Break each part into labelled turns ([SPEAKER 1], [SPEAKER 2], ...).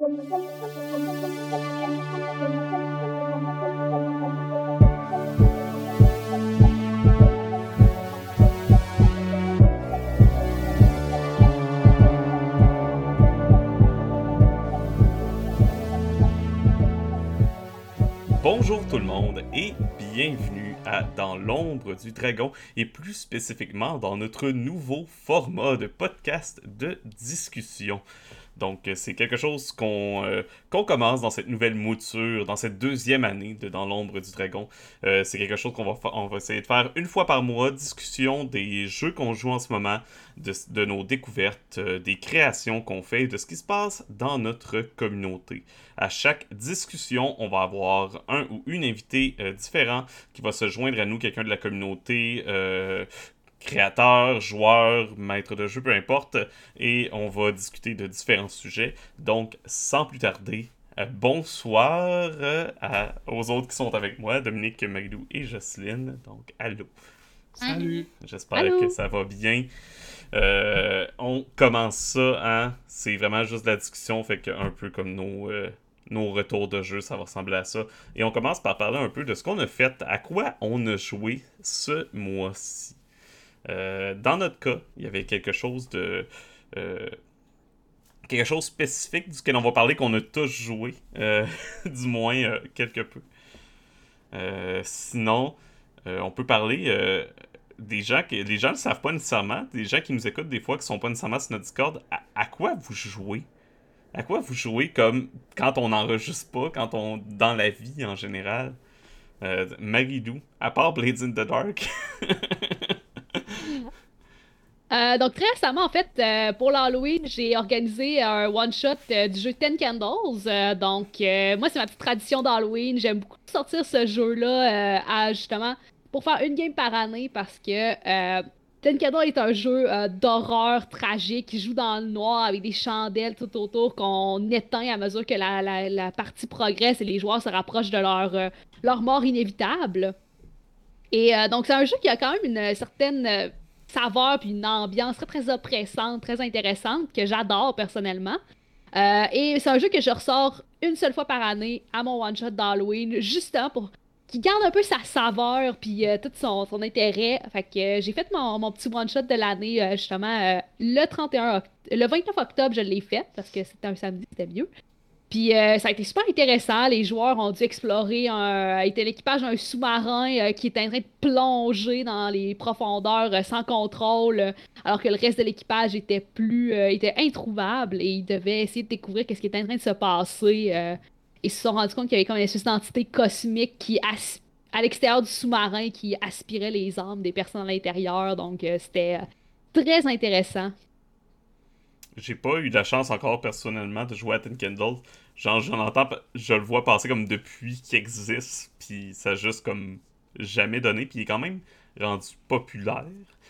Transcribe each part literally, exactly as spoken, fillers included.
[SPEAKER 1] Bonjour tout le monde et bienvenue à Dans l'ombre du dragon et plus spécifiquement dans notre nouveau format de podcast de discussion. Donc c'est quelque chose qu'on euh, qu'on commence dans cette nouvelle mouture, dans cette deuxième année de Dans l'ombre du dragon. Euh, c'est quelque chose qu'on va, fa- on va essayer de faire une fois par mois, discussion des jeux qu'on joue en ce moment, de, de nos découvertes, euh, des créations qu'on fait, de ce qui se passe dans notre communauté. À chaque discussion, on va avoir un ou une invité euh, différent qui va se joindre à nous, quelqu'un de la communauté, euh, créateur, joueur, maître de jeu, peu importe, et on va discuter de différents sujets. Donc, sans plus tarder, euh, bonsoir euh, à- aux autres qui sont avec moi, Dominique, Marilou et Jocelyne. Donc, allô.
[SPEAKER 2] Salut.
[SPEAKER 1] J'espère que
[SPEAKER 3] Allô?
[SPEAKER 1] ça va bien. Euh, on commence ça, hein? C'est vraiment juste de la discussion, fait que un peu comme nos, euh, nos retours de jeu, ça va ressembler à ça. Et on commence par parler un peu de ce qu'on a fait, à quoi on a joué ce mois-ci. Euh, dans notre cas, il y avait quelque chose de... euh, quelque chose spécifique duquel on va parler qu'on a tous joué, euh, du moins euh, quelque peu. Euh, sinon, euh, on peut parler euh, des gens que les gens ne le savent pas nécessairement, des gens qui nous écoutent des fois qui sont pas nécessairement sur notre Discord. À, à quoi vous jouez? À quoi vous jouez comme quand on n'enregistre pas, quand on dans la vie en général? Euh, Marie-Lou, à part Blades in the Dark.
[SPEAKER 3] Euh, donc très récemment, en fait, euh, pour l'Halloween, j'ai organisé un one-shot euh, du jeu Ten Candles. Euh, donc euh, moi, c'est ma petite tradition d'Halloween. J'aime beaucoup sortir ce jeu-là euh, à justement pour faire une game par année parce que euh, Ten Candles est un jeu euh, d'horreur tragique qui joue dans le noir avec des chandelles tout autour qu'on éteint à mesure que la, la, la partie progresse et les joueurs se rapprochent de leur, euh, leur mort inévitable. Et euh, donc, c'est un jeu qui a quand même une certaine euh, saveur puis une ambiance très, très oppressante, très intéressante, que j'adore personnellement. Euh, et c'est un jeu que je ressors une seule fois par année à mon one-shot d'Halloween, justement pour qu'il garde un peu sa saveur puis euh, tout son, son intérêt. Fait que euh, j'ai fait mon, mon petit one-shot de l'année, euh, justement, euh, le trente et un octobre. Le vingt-neuf octobre, je l'ai fait parce que c'était un samedi, c'était mieux. Puis euh, ça a été super intéressant. Les joueurs ont dû explorer un, était l'équipage d'un sous-marin euh, qui était en train de plonger dans les profondeurs euh, sans contrôle, euh, alors que le reste de l'équipage était plus euh, était introuvable et ils devaient essayer de découvrir qu'est-ce qui était en train de se passer. Euh, et ils se sont rendus compte qu'il y avait comme une espèce d'entité cosmique qui as- à l'extérieur du sous-marin qui aspirait les âmes des personnes à l'intérieur. Donc euh, c'était euh, très intéressant.
[SPEAKER 1] J'ai pas eu la chance encore personnellement de jouer à Ten Candles. Genre, j'en entends, pa- je le vois passer comme depuis qu'il existe, puis ça a juste comme jamais donné, puis il est quand même rendu populaire.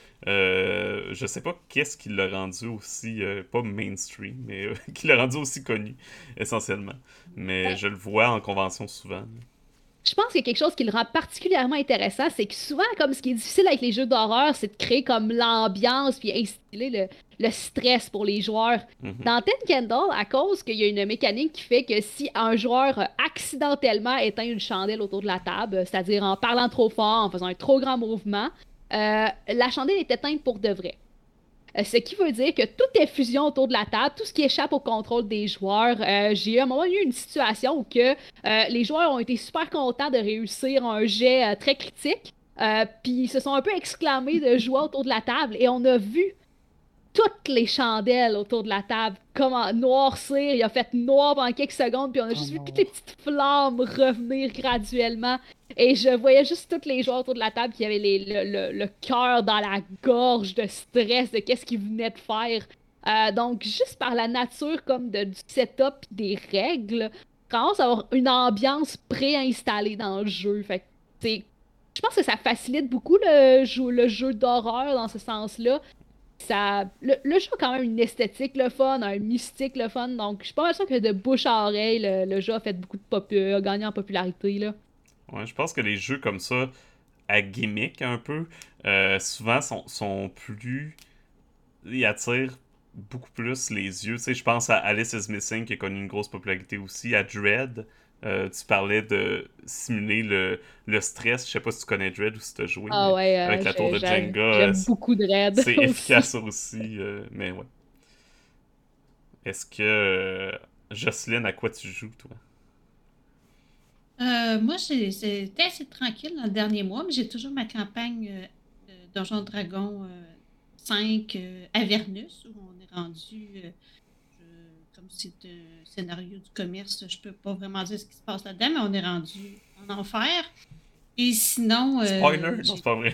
[SPEAKER 1] Euh, je sais pas qu'est-ce qui l'a rendu aussi, euh, pas mainstream, mais euh, qui l'a rendu aussi connu, essentiellement. Mais je le vois en convention souvent.
[SPEAKER 3] Je pense qu'il y a quelque chose qui le rend particulièrement intéressant, c'est que souvent, comme ce qui est difficile avec les jeux d'horreur, c'est de créer comme l'ambiance puis instiller le, le stress pour les joueurs.
[SPEAKER 1] Mhm.
[SPEAKER 3] Dans Ten Candle, à cause qu'il y a une mécanique qui fait que si un joueur euh, accidentellement éteint une chandelle autour de la table, c'est-à-dire en parlant trop fort, en faisant un trop grand mouvement, euh, la chandelle est éteinte pour de vrai. Euh, Ce qui veut dire que tout est fusion autour de la table, tout ce qui échappe au contrôle des joueurs. Euh, j'ai eu à un moment eu une situation où que, euh, les joueurs ont été super contents de réussir un jet euh, très critique, euh, puis ils se sont un peu exclamés de jouer autour de la table et on a vu toutes les chandelles autour de la table comment noircir. Il a fait noir pendant quelques secondes, puis on a
[SPEAKER 2] Oh
[SPEAKER 3] juste vu toutes
[SPEAKER 2] non.
[SPEAKER 3] les petites flammes revenir graduellement. Et je voyais juste tous les joueurs autour de la table qui avaient les- le, le- le cœur dans la gorge de stress de qu'est-ce qu'ils venaient de faire. Euh, donc, juste par la nature comme de, du setup et des règles, on commence à avoir une ambiance préinstallée dans le jeu. Fait que, c'est- je pense que ça facilite beaucoup le jeu, le jeu d'horreur dans ce sens-là. Ça, le, le jeu a quand même une esthétique le fun, un mystique le fun, donc je suis pas mal sûre que de bouche à oreille, le, le jeu a fait beaucoup de pop a gagné en popularité là.
[SPEAKER 1] Ouais, je pense que les jeux comme ça, à gimmick un peu, euh, souvent sont, sont plus... Ils attirent beaucoup plus les yeux. Tu sais, je pense à Alice is Missing qui a connu une grosse popularité aussi, à Dread. Euh, tu parlais de simuler le, le stress. Je sais pas si tu connais Dread ou si tu as joué,
[SPEAKER 3] Ah
[SPEAKER 1] mais
[SPEAKER 3] ouais,
[SPEAKER 1] avec
[SPEAKER 3] euh,
[SPEAKER 1] la tour
[SPEAKER 3] j'ai-
[SPEAKER 1] de
[SPEAKER 3] j'ai-
[SPEAKER 1] Jenga, euh,
[SPEAKER 3] j'aime beaucoup de Red
[SPEAKER 1] c'est
[SPEAKER 3] aussi.
[SPEAKER 1] efficace aussi. Euh, mais ouais. Est-ce que. euh, Jocelyne, à quoi tu joues, toi?
[SPEAKER 2] Euh, moi, j'ai- c'était assez tranquille dans le dernier mois, mais j'ai toujours ma campagne euh, de Donjons Dragon euh, cinq euh, Avernus, où on est rendu, euh, je- comme c'est un scénario du commerce, je peux pas vraiment dire ce qui se passe là-dedans, mais on est rendu en enfer. Et sinon, euh,
[SPEAKER 1] Spoiler? Non, c'est
[SPEAKER 2] j'ai
[SPEAKER 1] pas vrai.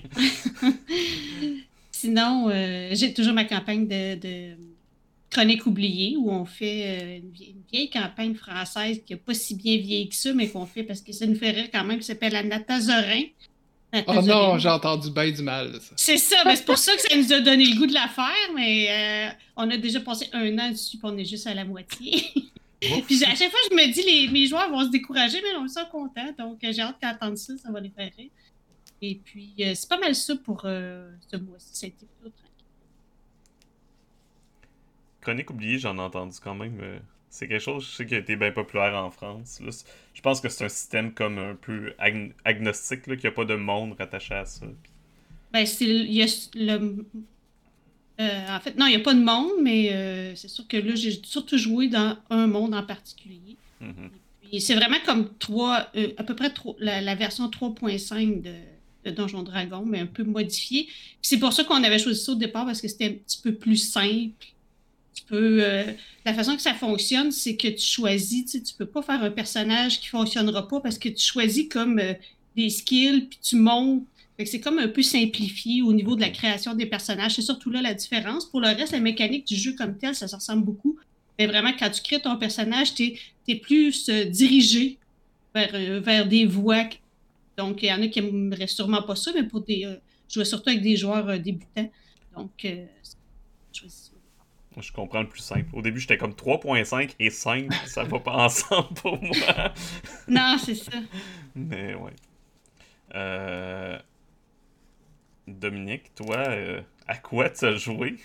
[SPEAKER 2] sinon euh, j'ai toujours ma campagne de, de Chronique oubliée, où on fait euh, une, vieille, une vieille campagne française qui n'est pas si bien vieillie que ça, mais qu'on fait parce que ça nous fait rire quand même, qui s'appelle Anatazorin.
[SPEAKER 4] Oh non, j'ai
[SPEAKER 2] Anatazorine.
[SPEAKER 4] entendu bien du mal de ça.
[SPEAKER 2] C'est ça, ben c'est pour ça que ça nous a donné le goût de la faire, mais euh, on a déjà passé un an dessus, puis on est juste à la moitié.
[SPEAKER 1] Ouf.
[SPEAKER 2] Puis à chaque fois, je me dis, les, mes joueurs vont se décourager, mais on sont contents, donc euh, j'ai hâte qu'ils entendent ça, ça va les faire rire. Et puis, euh, c'est pas mal ça pour euh, ce mois-ci, ça a été plutôt tranquille.
[SPEAKER 1] Chronique oubliée, j'en ai entendu quand même. euh, C'est quelque chose, je sais, qui a été bien populaire en France. Là. C'est- Je pense que c'est un système comme un peu ag- agnostique, là, qu'il n'y a pas de monde rattaché à ça. Puis-
[SPEAKER 2] Ben, c'est le, il y a le Euh, en fait, non, il n'y a pas de monde, mais euh, c'est sûr que là, j'ai surtout joué dans un monde en particulier.
[SPEAKER 1] Mhm.
[SPEAKER 2] Puis c'est vraiment comme trois, euh, à peu près trois- la, la version trois point cinq de, de Donjon Dragon, mais un peu modifiée. Puis c'est pour ça qu'on avait choisi ça au départ, parce que c'était un petit peu plus simple. Tu peux, euh, la façon que ça fonctionne, c'est que tu choisis, tu sais, tu peux pas faire un personnage qui fonctionnera pas parce que tu choisis comme euh, des skills, puis tu montes. Fait que c'est comme un peu simplifié au niveau de la création des personnages. C'est surtout là la différence. Pour le reste, la mécanique du jeu comme tel, ça se ressemble beaucoup. Mais vraiment, quand tu crées ton personnage, tu es plus euh, dirigé vers, euh, vers des voies. Donc, il y en a qui n'aimeraient sûrement pas ça, mais pour des. Euh, je jouais surtout avec des joueurs euh, débutants. Donc, euh, je choisis ça.
[SPEAKER 1] Je comprends le plus simple. Au début, j'étais comme trois point cinq et cinq, ça va pas ensemble pour moi.
[SPEAKER 2] Non, c'est ça.
[SPEAKER 1] Mais ouais. Euh... Dominique, toi, euh, à quoi tu as joué?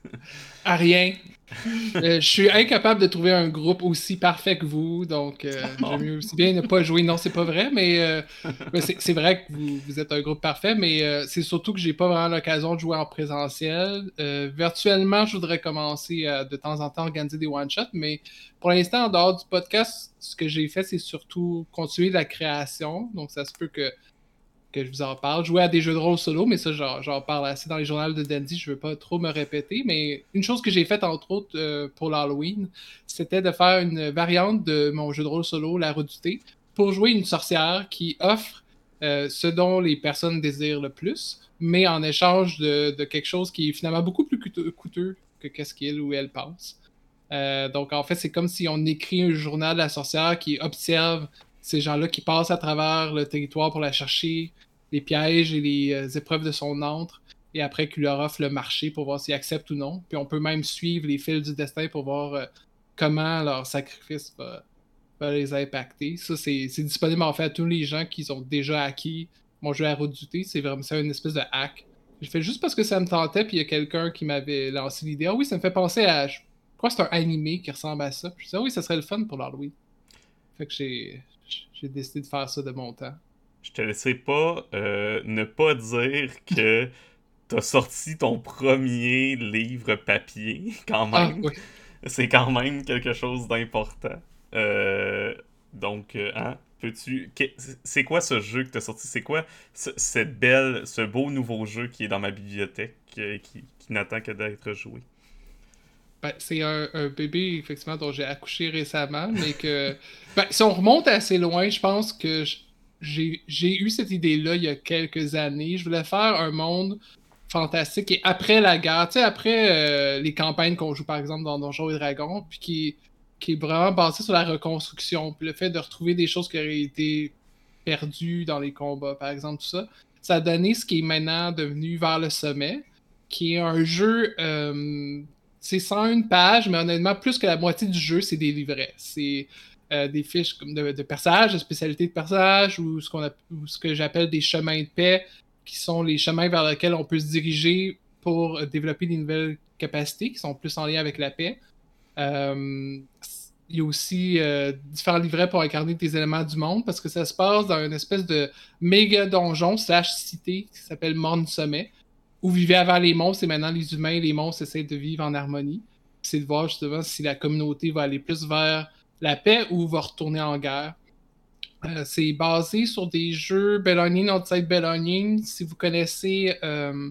[SPEAKER 4] À rien. Euh, je suis incapable de trouver un groupe aussi parfait que vous, donc euh, j'aime mieux aussi bien ne pas jouer. Non, c'est pas vrai, mais, euh, mais c'est, c'est vrai que vous, vous êtes un groupe parfait, mais euh, c'est surtout que j'ai pas vraiment l'occasion de jouer en présentiel. Euh, virtuellement, je voudrais commencer à de temps en temps organiser des one-shots, mais pour l'instant, en dehors du podcast, ce que j'ai fait, c'est surtout continuer la création. Donc, ça se peut que que je vous en parle. Jouer à des jeux de rôle solo, mais ça, j'en, j'en parle assez dans les journaux de Dandy, je veux pas trop me répéter, mais une chose que j'ai faite, entre autres, euh, pour l'Halloween, c'était de faire une variante de mon jeu de rôle solo, La Redoutée, pour jouer une sorcière qui offre euh, ce dont les personnes désirent le plus, mais en échange de, de quelque chose qui est finalement beaucoup plus coûteux, coûteux que qu'est-ce qu'elle ou elle pense. Euh, donc, en fait, c'est comme si on écrit un journal de la sorcière qui observe ces gens-là qui passent à travers le territoire pour la chercher, les pièges et les euh, épreuves de son antre, et après qu'il leur offre le marché pour voir s'ils acceptent ou non. Puis on peut même suivre les fils du destin pour voir euh, comment leur sacrifice va, va les impacter. Ça, c'est, c'est disponible en fait à tous les gens qui ont déjà acquis mon jeu à redouter. C'est vraiment ça, une espèce de hack. J'ai fait juste parce que ça me tentait, puis il y a quelqu'un qui m'avait lancé l'idée. Ah oui, ça me fait penser à... Je crois que c'est un animé qui ressemble à ça. Puis je disais, ah oui, ça serait le fun pour l'Halloween. Fait que j'ai, j'ai décidé de faire ça de mon temps.
[SPEAKER 1] Je te laisserai pas euh, ne pas dire que t'as sorti ton premier livre papier, quand
[SPEAKER 4] Ah
[SPEAKER 1] même.
[SPEAKER 4] oui.
[SPEAKER 1] C'est quand même quelque chose d'important. Euh, donc, euh, hein, peux-tu... que- C'est quoi ce jeu que t'as sorti? C'est quoi ce, cette belle, ce beau nouveau jeu qui est dans ma bibliothèque, euh, qui, qui n'attend que d'être joué?
[SPEAKER 4] Ben, c'est un, un bébé, effectivement, dont j'ai accouché récemment, mais que... Ben, si on remonte assez loin, je pense que j- j'ai, j'ai eu cette idée-là il y a quelques années. Je voulais faire un monde fantastique et après la guerre, tu sais, après euh, les campagnes qu'on joue, par exemple, dans Donjons et Dragons, puis qui, qui est vraiment basé sur la reconstruction, puis le fait de retrouver des choses qui auraient été perdues dans les combats, par exemple, tout ça. Ça a donné ce qui est maintenant devenu Vers le sommet, qui est un jeu... euh, c'est cent une pages, mais honnêtement, plus que la moitié du jeu, c'est des livrets. C'est euh, des fiches comme de, de personnages, de spécialités de personnages, ou ce, qu'on a, ou ce que j'appelle des chemins de paix, qui sont les chemins vers lesquels on peut se diriger pour développer des nouvelles capacités qui sont plus en lien avec la paix. Euh, il y a aussi euh, différents livrets pour incarner des éléments du monde, parce que ça se passe dans une espèce de méga donjon slash cité qui s'appelle Morne Sommet, où vivaient avant les monstres et maintenant les humains et les monstres essaient de vivre en harmonie. C'est de voir justement si la communauté va aller plus vers la paix ou va retourner en guerre. Euh, c'est basé sur des jeux Belonging, Outside Belonging. Si vous connaissez euh,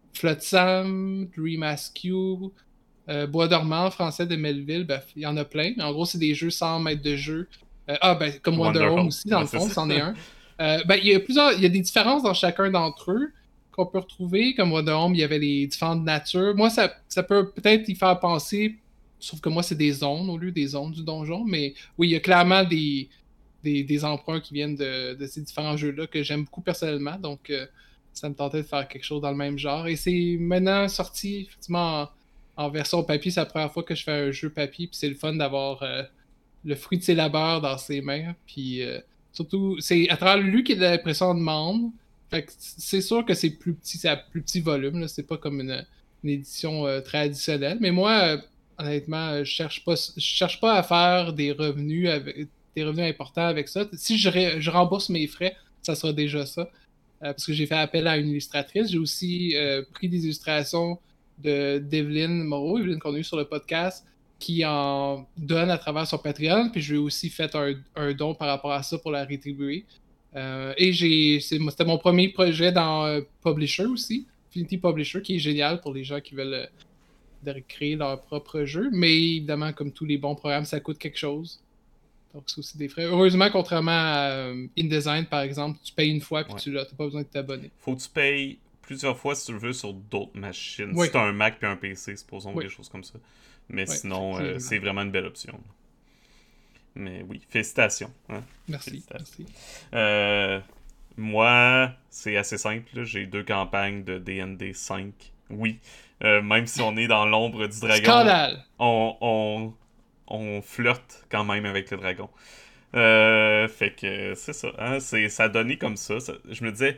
[SPEAKER 4] Flotsam, Dream Askew, euh, Bois dormant en français de Melville, ben, il y en a plein. En gros, c'est des jeux sans maître de jeu. Euh, ah, ben, comme Wonder Home aussi, dans ouais, le fond, c'en est un. Euh, ben, il y a plusieurs, il y a des différences dans chacun d'entre eux qu'on peut retrouver. Comme Wonder Home, il y avait les différentes natures. Moi, ça, ça peut peut-être y faire penser, sauf que moi, c'est des zones au lieu des zones du donjon. Mais oui, il y a clairement des Des, des emprunts qui viennent de, de ces différents jeux-là que j'aime beaucoup personnellement. Donc, euh, ça me tentait de faire quelque chose dans le même genre. Et c'est maintenant sorti, effectivement, en, en version papier. C'est la première fois que je fais un jeu papier. Puis c'est le fun d'avoir euh, le fruit de ses labeurs dans ses mains. Puis euh, surtout, c'est à travers lui qu'il a l'impression de demande. Fait que c'est sûr que c'est plus petit, c'est à plus petit volume. Là. C'est pas comme une, une édition euh, traditionnelle. Mais moi, euh, honnêtement, je cherche pas, je cherche pas à faire des revenus avec des revenus importants avec ça. Si je, ré, je rembourse mes frais, ça sera déjà ça. Euh, parce que j'ai fait appel à une illustratrice. J'ai aussi euh, pris des illustrations de d'Evelyne Moreau, Evelyne qu'on a eu sur le podcast, qui en donne à travers son Patreon. Puis je lui ai aussi fait un, un don par rapport à ça pour la rétribuer. Euh, et j'ai, c'est, c'était mon premier projet dans euh, Publisher aussi, Affinity Publisher, qui est génial pour les gens qui veulent euh, créer leur propre jeu. Mais évidemment, comme tous les bons programmes, ça coûte quelque chose. Donc, c'est aussi des frais. Heureusement, contrairement à euh, InDesign, par exemple, tu payes une fois puis ouais. tu l'as. Tu n'as pas besoin de t'abonner.
[SPEAKER 1] Faut que tu payes plusieurs fois si tu le veux sur d'autres machines.
[SPEAKER 4] Oui.
[SPEAKER 1] Si tu as un Mac puis un P C, supposons oui. des choses comme ça. Mais oui, sinon, euh, c'est vraiment une belle option. Mais oui, félicitations. Hein?
[SPEAKER 4] Merci.
[SPEAKER 1] Félicitations.
[SPEAKER 4] merci.
[SPEAKER 1] Euh, moi, c'est assez simple. Là. J'ai deux campagnes de D and D cinq. Oui. Euh, même si on est dans l'ombre du dragon.
[SPEAKER 4] Scandale!
[SPEAKER 1] On... on on flirte quand même avec le dragon. Euh, fait que c'est ça. Hein, c'est, ça a donné comme ça. ça. Je me disais.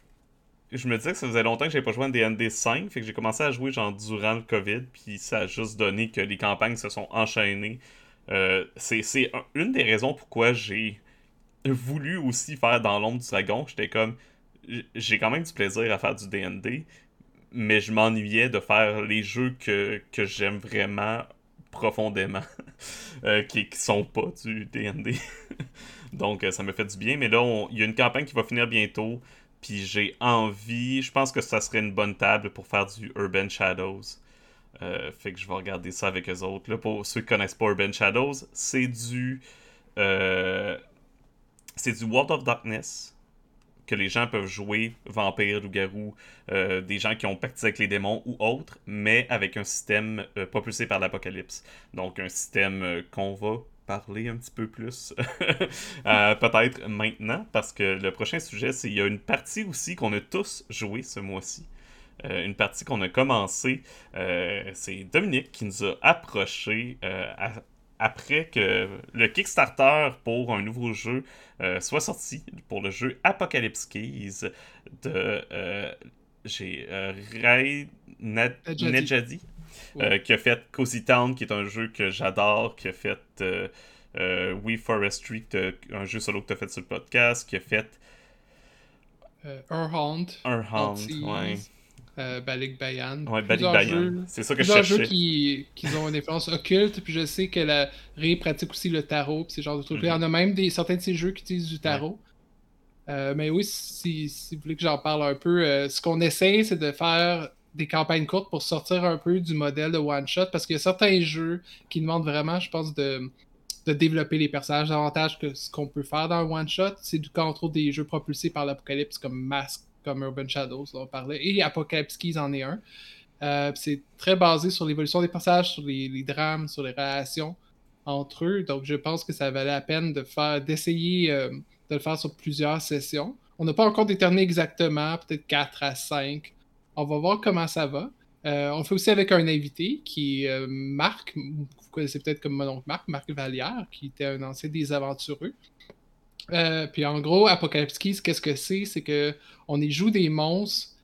[SPEAKER 1] Je me disais que ça faisait longtemps que j'avais pas joué à D and D cinq. Fait que j'ai commencé à jouer genre durant le COVID. Puis ça a juste donné que les campagnes se sont enchaînées. Euh, c'est, c'est un, une des raisons pourquoi j'ai voulu aussi faire Dans l'ombre du dragon. J'étais comme. J'ai quand même du plaisir à faire du D and D. Mais je m'ennuyais de faire les jeux que, que j'aime vraiment profondément, euh, qui, qui sont pas du D and D. Donc, euh, ça me fait du bien. Mais là, il y a une campagne qui va finir bientôt, puis j'ai envie... Je pense que ça serait une bonne table pour faire du Urban Shadows. Euh, fait que je vais regarder ça avec eux autres. Là, pour ceux qui connaissent pas Urban Shadows, c'est du... Euh, c'est du World of Darkness, que les gens peuvent jouer, vampires, loups-garous, euh, des gens qui ont pactisé avec les démons ou autres, mais avec un système euh, propulsé par l'apocalypse. Donc un système euh, qu'on va parler un petit peu plus euh, peut-être maintenant, parce que le prochain sujet, c'est il y a une partie aussi qu'on a tous joué ce mois-ci. Euh, une partie qu'on a commencé, euh, c'est Dominique qui nous a approché euh, à après que le Kickstarter pour un nouveau jeu euh, soit sorti, pour le jeu Apocalypse Keys de euh, j'ai euh, Ray Nedjadi, euh, qui a fait Cozy Town, qui est un jeu que j'adore, qui a fait euh, euh, We Forestry, un jeu solo que tu as fait sur le podcast, qui a fait
[SPEAKER 4] euh, Urhound,
[SPEAKER 1] Urhound, ouais.
[SPEAKER 4] Euh, Balik Bayan.
[SPEAKER 1] Ouais, Balik Bayan. C'est ça que je cherchais.
[SPEAKER 4] Jeux qui, qui ont une influence occulte, puis je sais que la Ré pratique aussi le tarot, puis ces genres de trucs. Mm-hmm. Il y en a même des, certains de ces jeux qui utilisent du tarot. Ouais. Euh, mais oui, si, si vous voulez que j'en parle un peu, euh, ce qu'on essaie, c'est de faire des campagnes courtes pour sortir un peu du modèle de one-shot, parce qu'il y a certains jeux qui demandent vraiment, je pense, de, de développer les personnages davantage que ce qu'on peut faire dans un one-shot. C'est du cas, entre autres, des jeux propulsés par l'apocalypse comme Mask, comme Urban Shadows, dont on parlait, et Apocalypse Keys en est un. Euh, c'est très basé sur l'évolution des personnages, sur les, les drames, sur les relations entre eux. Donc, je pense que ça valait la peine de faire, d'essayer euh, de le faire sur plusieurs sessions. On n'a pas encore déterminé exactement, peut-être quatre à cinq. On va voir comment ça va. Euh, on fait aussi avec un invité qui est euh, Marc, vous connaissez peut-être comme mon oncle Marc, Marc Vallière, qui était un ancien des aventureux. Euh, puis en gros, Apocalypse Keys, qu'est-ce que c'est? C'est que on y joue des monstres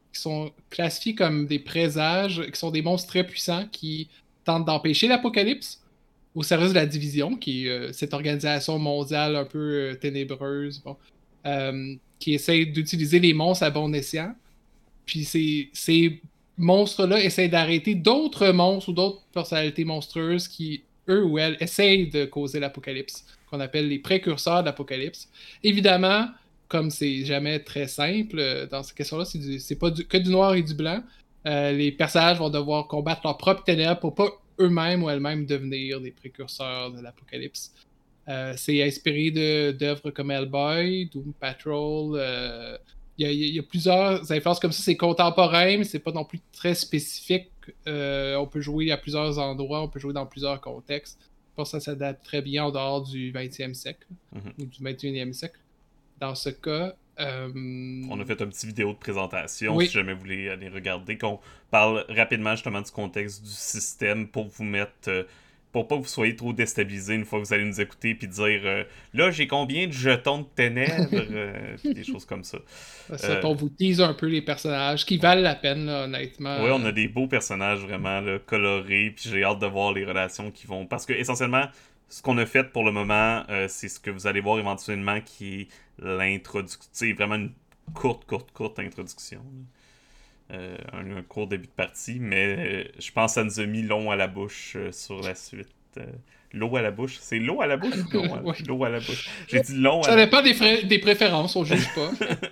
[SPEAKER 4] qui sont classifiés comme des présages, qui sont des monstres très puissants qui tentent d'empêcher l'apocalypse au service de la Division, qui est euh, cette organisation mondiale un peu euh, ténébreuse, bon, euh, qui essaie d'utiliser les monstres à bon escient. Puis ces, ces monstres-là essaient d'arrêter d'autres monstres ou d'autres personnalités monstrueuses qui, eux ou elles, essayent de causer l'apocalypse, qu'on appelle les précurseurs de l'apocalypse. Évidemment, comme c'est jamais très simple, euh, dans cette question-là, c'est, du, c'est pas du, que du noir et du blanc. Euh, les personnages vont devoir combattre leurs propres ténèbres pour pas eux-mêmes ou elles-mêmes devenir des précurseurs de l'apocalypse. Euh, c'est inspiré de, d'œuvres comme Hellboy, Doom Patrol. Euh, il, y a, il y a plusieurs influences comme ça. C'est contemporain, mais c'est pas non plus très spécifique. Euh, on peut jouer à plusieurs endroits, on peut jouer dans plusieurs contextes. Je pense que ça s'adapte très bien en dehors du vingtième siècle mm-hmm. ou du vingt et unième siècle. Dans ce cas... Euh...
[SPEAKER 1] On a fait une petite vidéo de présentation,
[SPEAKER 4] oui.
[SPEAKER 1] si jamais vous voulez aller regarder, qu'on parle rapidement justement du contexte du système pour vous mettre... Euh, pour pas que vous soyez trop déstabilisés une fois que vous allez nous écouter puis dire euh, là j'ai combien de jetons de ténèbres euh, des choses comme ça.
[SPEAKER 4] ça euh, on vous tease un peu les personnages qui valent la peine là, honnêtement.
[SPEAKER 1] Oui, on a des beaux personnages vraiment là, colorés puis j'ai hâte de voir les relations qui vont parce que essentiellement ce qu'on a fait pour le moment euh, c'est ce que vous allez voir éventuellement qui est l'introduction, c'est vraiment une courte courte courte introduction. Euh, un, un court début de partie, mais euh, je pense que ça nous a mis long à la bouche euh, sur la suite. Euh, l'eau à la bouche, c'est l'eau à la bouche ou l'eau à,
[SPEAKER 4] ouais.
[SPEAKER 1] l'eau à la bouche? J'ai dit long à
[SPEAKER 4] ça
[SPEAKER 1] la...
[SPEAKER 4] dépend des, fra- des préférences, on juge pas.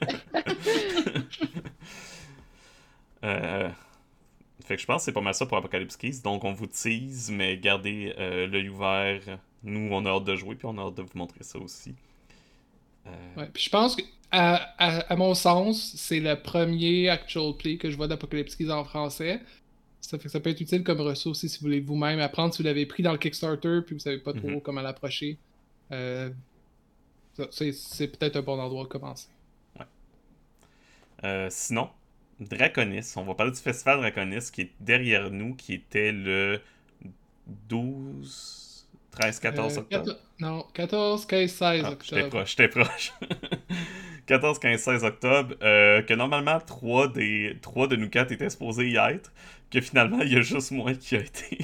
[SPEAKER 1] euh, fait que je pense que c'est pas mal ça pour Apocalypse Keys. Donc on vous tease, mais gardez euh, l'œil ouvert. Nous, on a hâte de jouer, puis on a hâte de vous montrer ça aussi.
[SPEAKER 4] Euh... Ouais, puis je pense que À, à, à mon sens, c'est le premier actual play que je vois d'Apocalypse Keys en français. Ça fait que ça peut être utile comme ressource si vous voulez vous-même apprendre, si vous l'avez pris dans le Kickstarter puis vous savez pas trop mm-hmm. comment l'approcher. Euh, c'est, c'est peut-être un bon endroit où commencer.
[SPEAKER 1] Ouais. Euh, sinon, Draconis, on va parler du festival Draconis qui est derrière nous, qui était le douze... treize, quatorze
[SPEAKER 4] euh,
[SPEAKER 1] octobre.
[SPEAKER 4] quatorze, non, quatorze, quinze, seize
[SPEAKER 1] ah,
[SPEAKER 4] octobre.
[SPEAKER 1] J'étais proche, j'étais proche. quatorze, quinze, seize octobre, euh, que normalement trois, des, trois de nous quatre étaient supposés y être, que finalement il y a juste moi qui a été.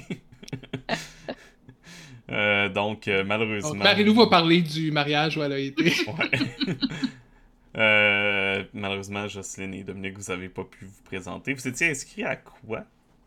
[SPEAKER 1] euh, donc euh, malheureusement... Donc,
[SPEAKER 4] Marie-Lou va parler du mariage où elle a été.
[SPEAKER 1] ouais. euh, malheureusement, Jocelyne et Dominique, vous avez pas pu vous présenter. Vous étiez inscrits à quoi?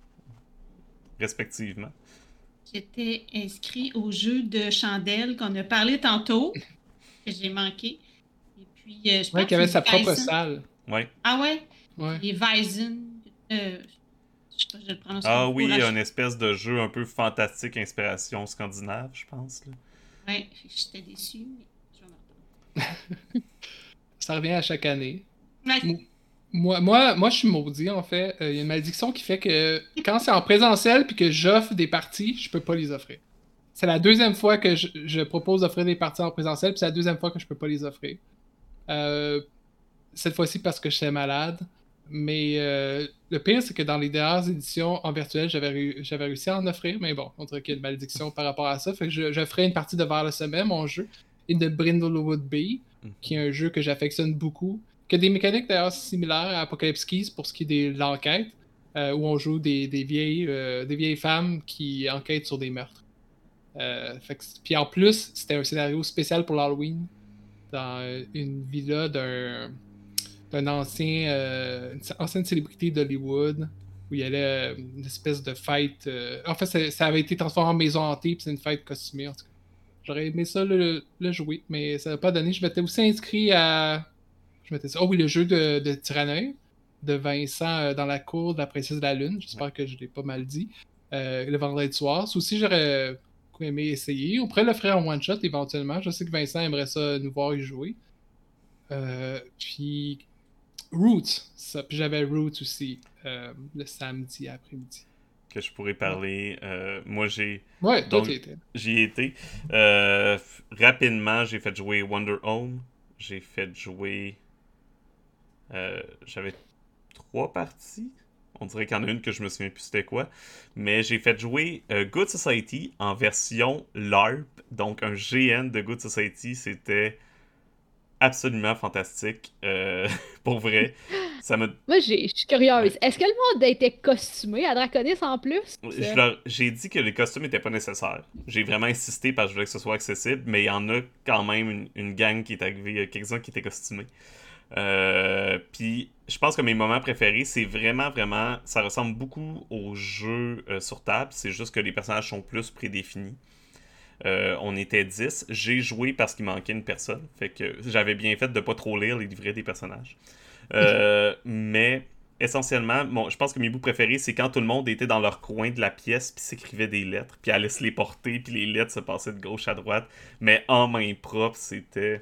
[SPEAKER 1] Respectivement.
[SPEAKER 2] J'étais inscrit au jeu de chandelle qu'on a parlé tantôt, que j'ai manqué. Et puis, euh, je pense
[SPEAKER 4] ouais, qui avait sa
[SPEAKER 2] Weizen.
[SPEAKER 4] propre salle.
[SPEAKER 1] Ouais.
[SPEAKER 2] Ah ouais?
[SPEAKER 4] Ouais.
[SPEAKER 2] Les Weizen. Euh, je sais pas, je le prononce.
[SPEAKER 1] Ah oui, il y a une espèce de jeu un peu fantastique, inspiration scandinave, je pense. Là.
[SPEAKER 2] Ouais, j'étais déçue, mais je vais m'entendre.
[SPEAKER 4] Ça revient à chaque année.
[SPEAKER 2] Ouais.
[SPEAKER 4] Moi, moi, moi, je suis maudit, en fait. Il euh, y a une malédiction qui fait que quand c'est en présentiel puis que j'offre des parties, je peux pas les offrir. C'est la deuxième fois que je, je propose d'offrir des parties en présentiel, puis c'est la deuxième fois que je peux pas les offrir. Euh, cette fois-ci parce que j'étais malade. Mais euh, le pire, c'est que dans les dernières éditions en virtuel, j'avais, réu- j'avais réussi à en offrir, mais bon, on dirait qu'il y a une malédiction par rapport à ça. Fait que je, je ferai une partie de Vers le sommet, mon jeu, et de Brindlewood Bay, qui est un jeu que j'affectionne beaucoup. Qui a des mécaniques d'ailleurs similaires à Apocalypse Keys pour ce qui est de l'enquête, euh, où on joue des, des, vieilles, euh, des vieilles femmes qui enquêtent sur des meurtres. Euh, fait que, puis en plus, c'était un scénario spécial pour l'Halloween, dans une villa d'un, d'un ancien, euh, une ancienne célébrité d'Hollywood, où il y avait euh, une espèce de fête. Euh... En fait, ça, ça avait été transformé en maison hantée, puis c'est une fête costumée. En tout cas. J'aurais aimé ça le, le jouer, mais ça n'a pas donné. Je m'étais aussi inscrit à. Je m'étais dit, oh oui, le jeu de, de Tyranneuil, de Vincent euh, dans la cour de la princesse de la lune. J'espère que je l'ai pas mal dit. Euh, le vendredi soir. Ça aussi, j'aurais aimé essayer. On pourrait le faire en one-shot éventuellement. Je sais que Vincent aimerait ça nous voir y jouer. Euh, puis Roots. Ça, puis j'avais Roots aussi euh, le samedi après-midi.
[SPEAKER 1] Que je pourrais parler. Euh, moi, j'ai...
[SPEAKER 4] Ouais, toi,
[SPEAKER 1] donc,
[SPEAKER 4] t'y étais.
[SPEAKER 1] J'y étais. Euh, rapidement, j'ai fait jouer Wonder Home. J'ai fait jouer... Euh, j'avais trois parties. On dirait qu'il y en a une que je me souviens plus c'était quoi. Mais j'ai fait jouer euh, Good Society en version LARP. Donc un G N de Good Society. C'était absolument fantastique. Euh, pour vrai. Ça me...
[SPEAKER 3] Moi, j'ai- je suis curieuse. Est-ce que le monde était costumé à Draconis en plus?
[SPEAKER 1] Je leur- J'ai dit que les costumes n'étaient pas nécessaires. J'ai vraiment insisté parce que je voulais que ce soit accessible, mais il y en a quand même une, une gang qui est arrivée, il y a quelques-uns qui étaient costumés. Euh, Puis je pense que mes moments préférés, c'est vraiment, vraiment, ça ressemble beaucoup aux jeux euh, sur table, c'est juste que les personnages sont plus prédéfinis. Euh, on était dix. J'ai joué parce qu'il manquait une personne. Fait que j'avais bien fait de pas trop lire les livrets des personnages. Euh, mais essentiellement, bon, je pense que mes bouts préférés, c'est quand tout le monde était dans leur coin de la pièce puis s'écrivait des lettres, puis allait se les porter, puis les lettres se passaient de gauche à droite. Mais en main propre, c'était...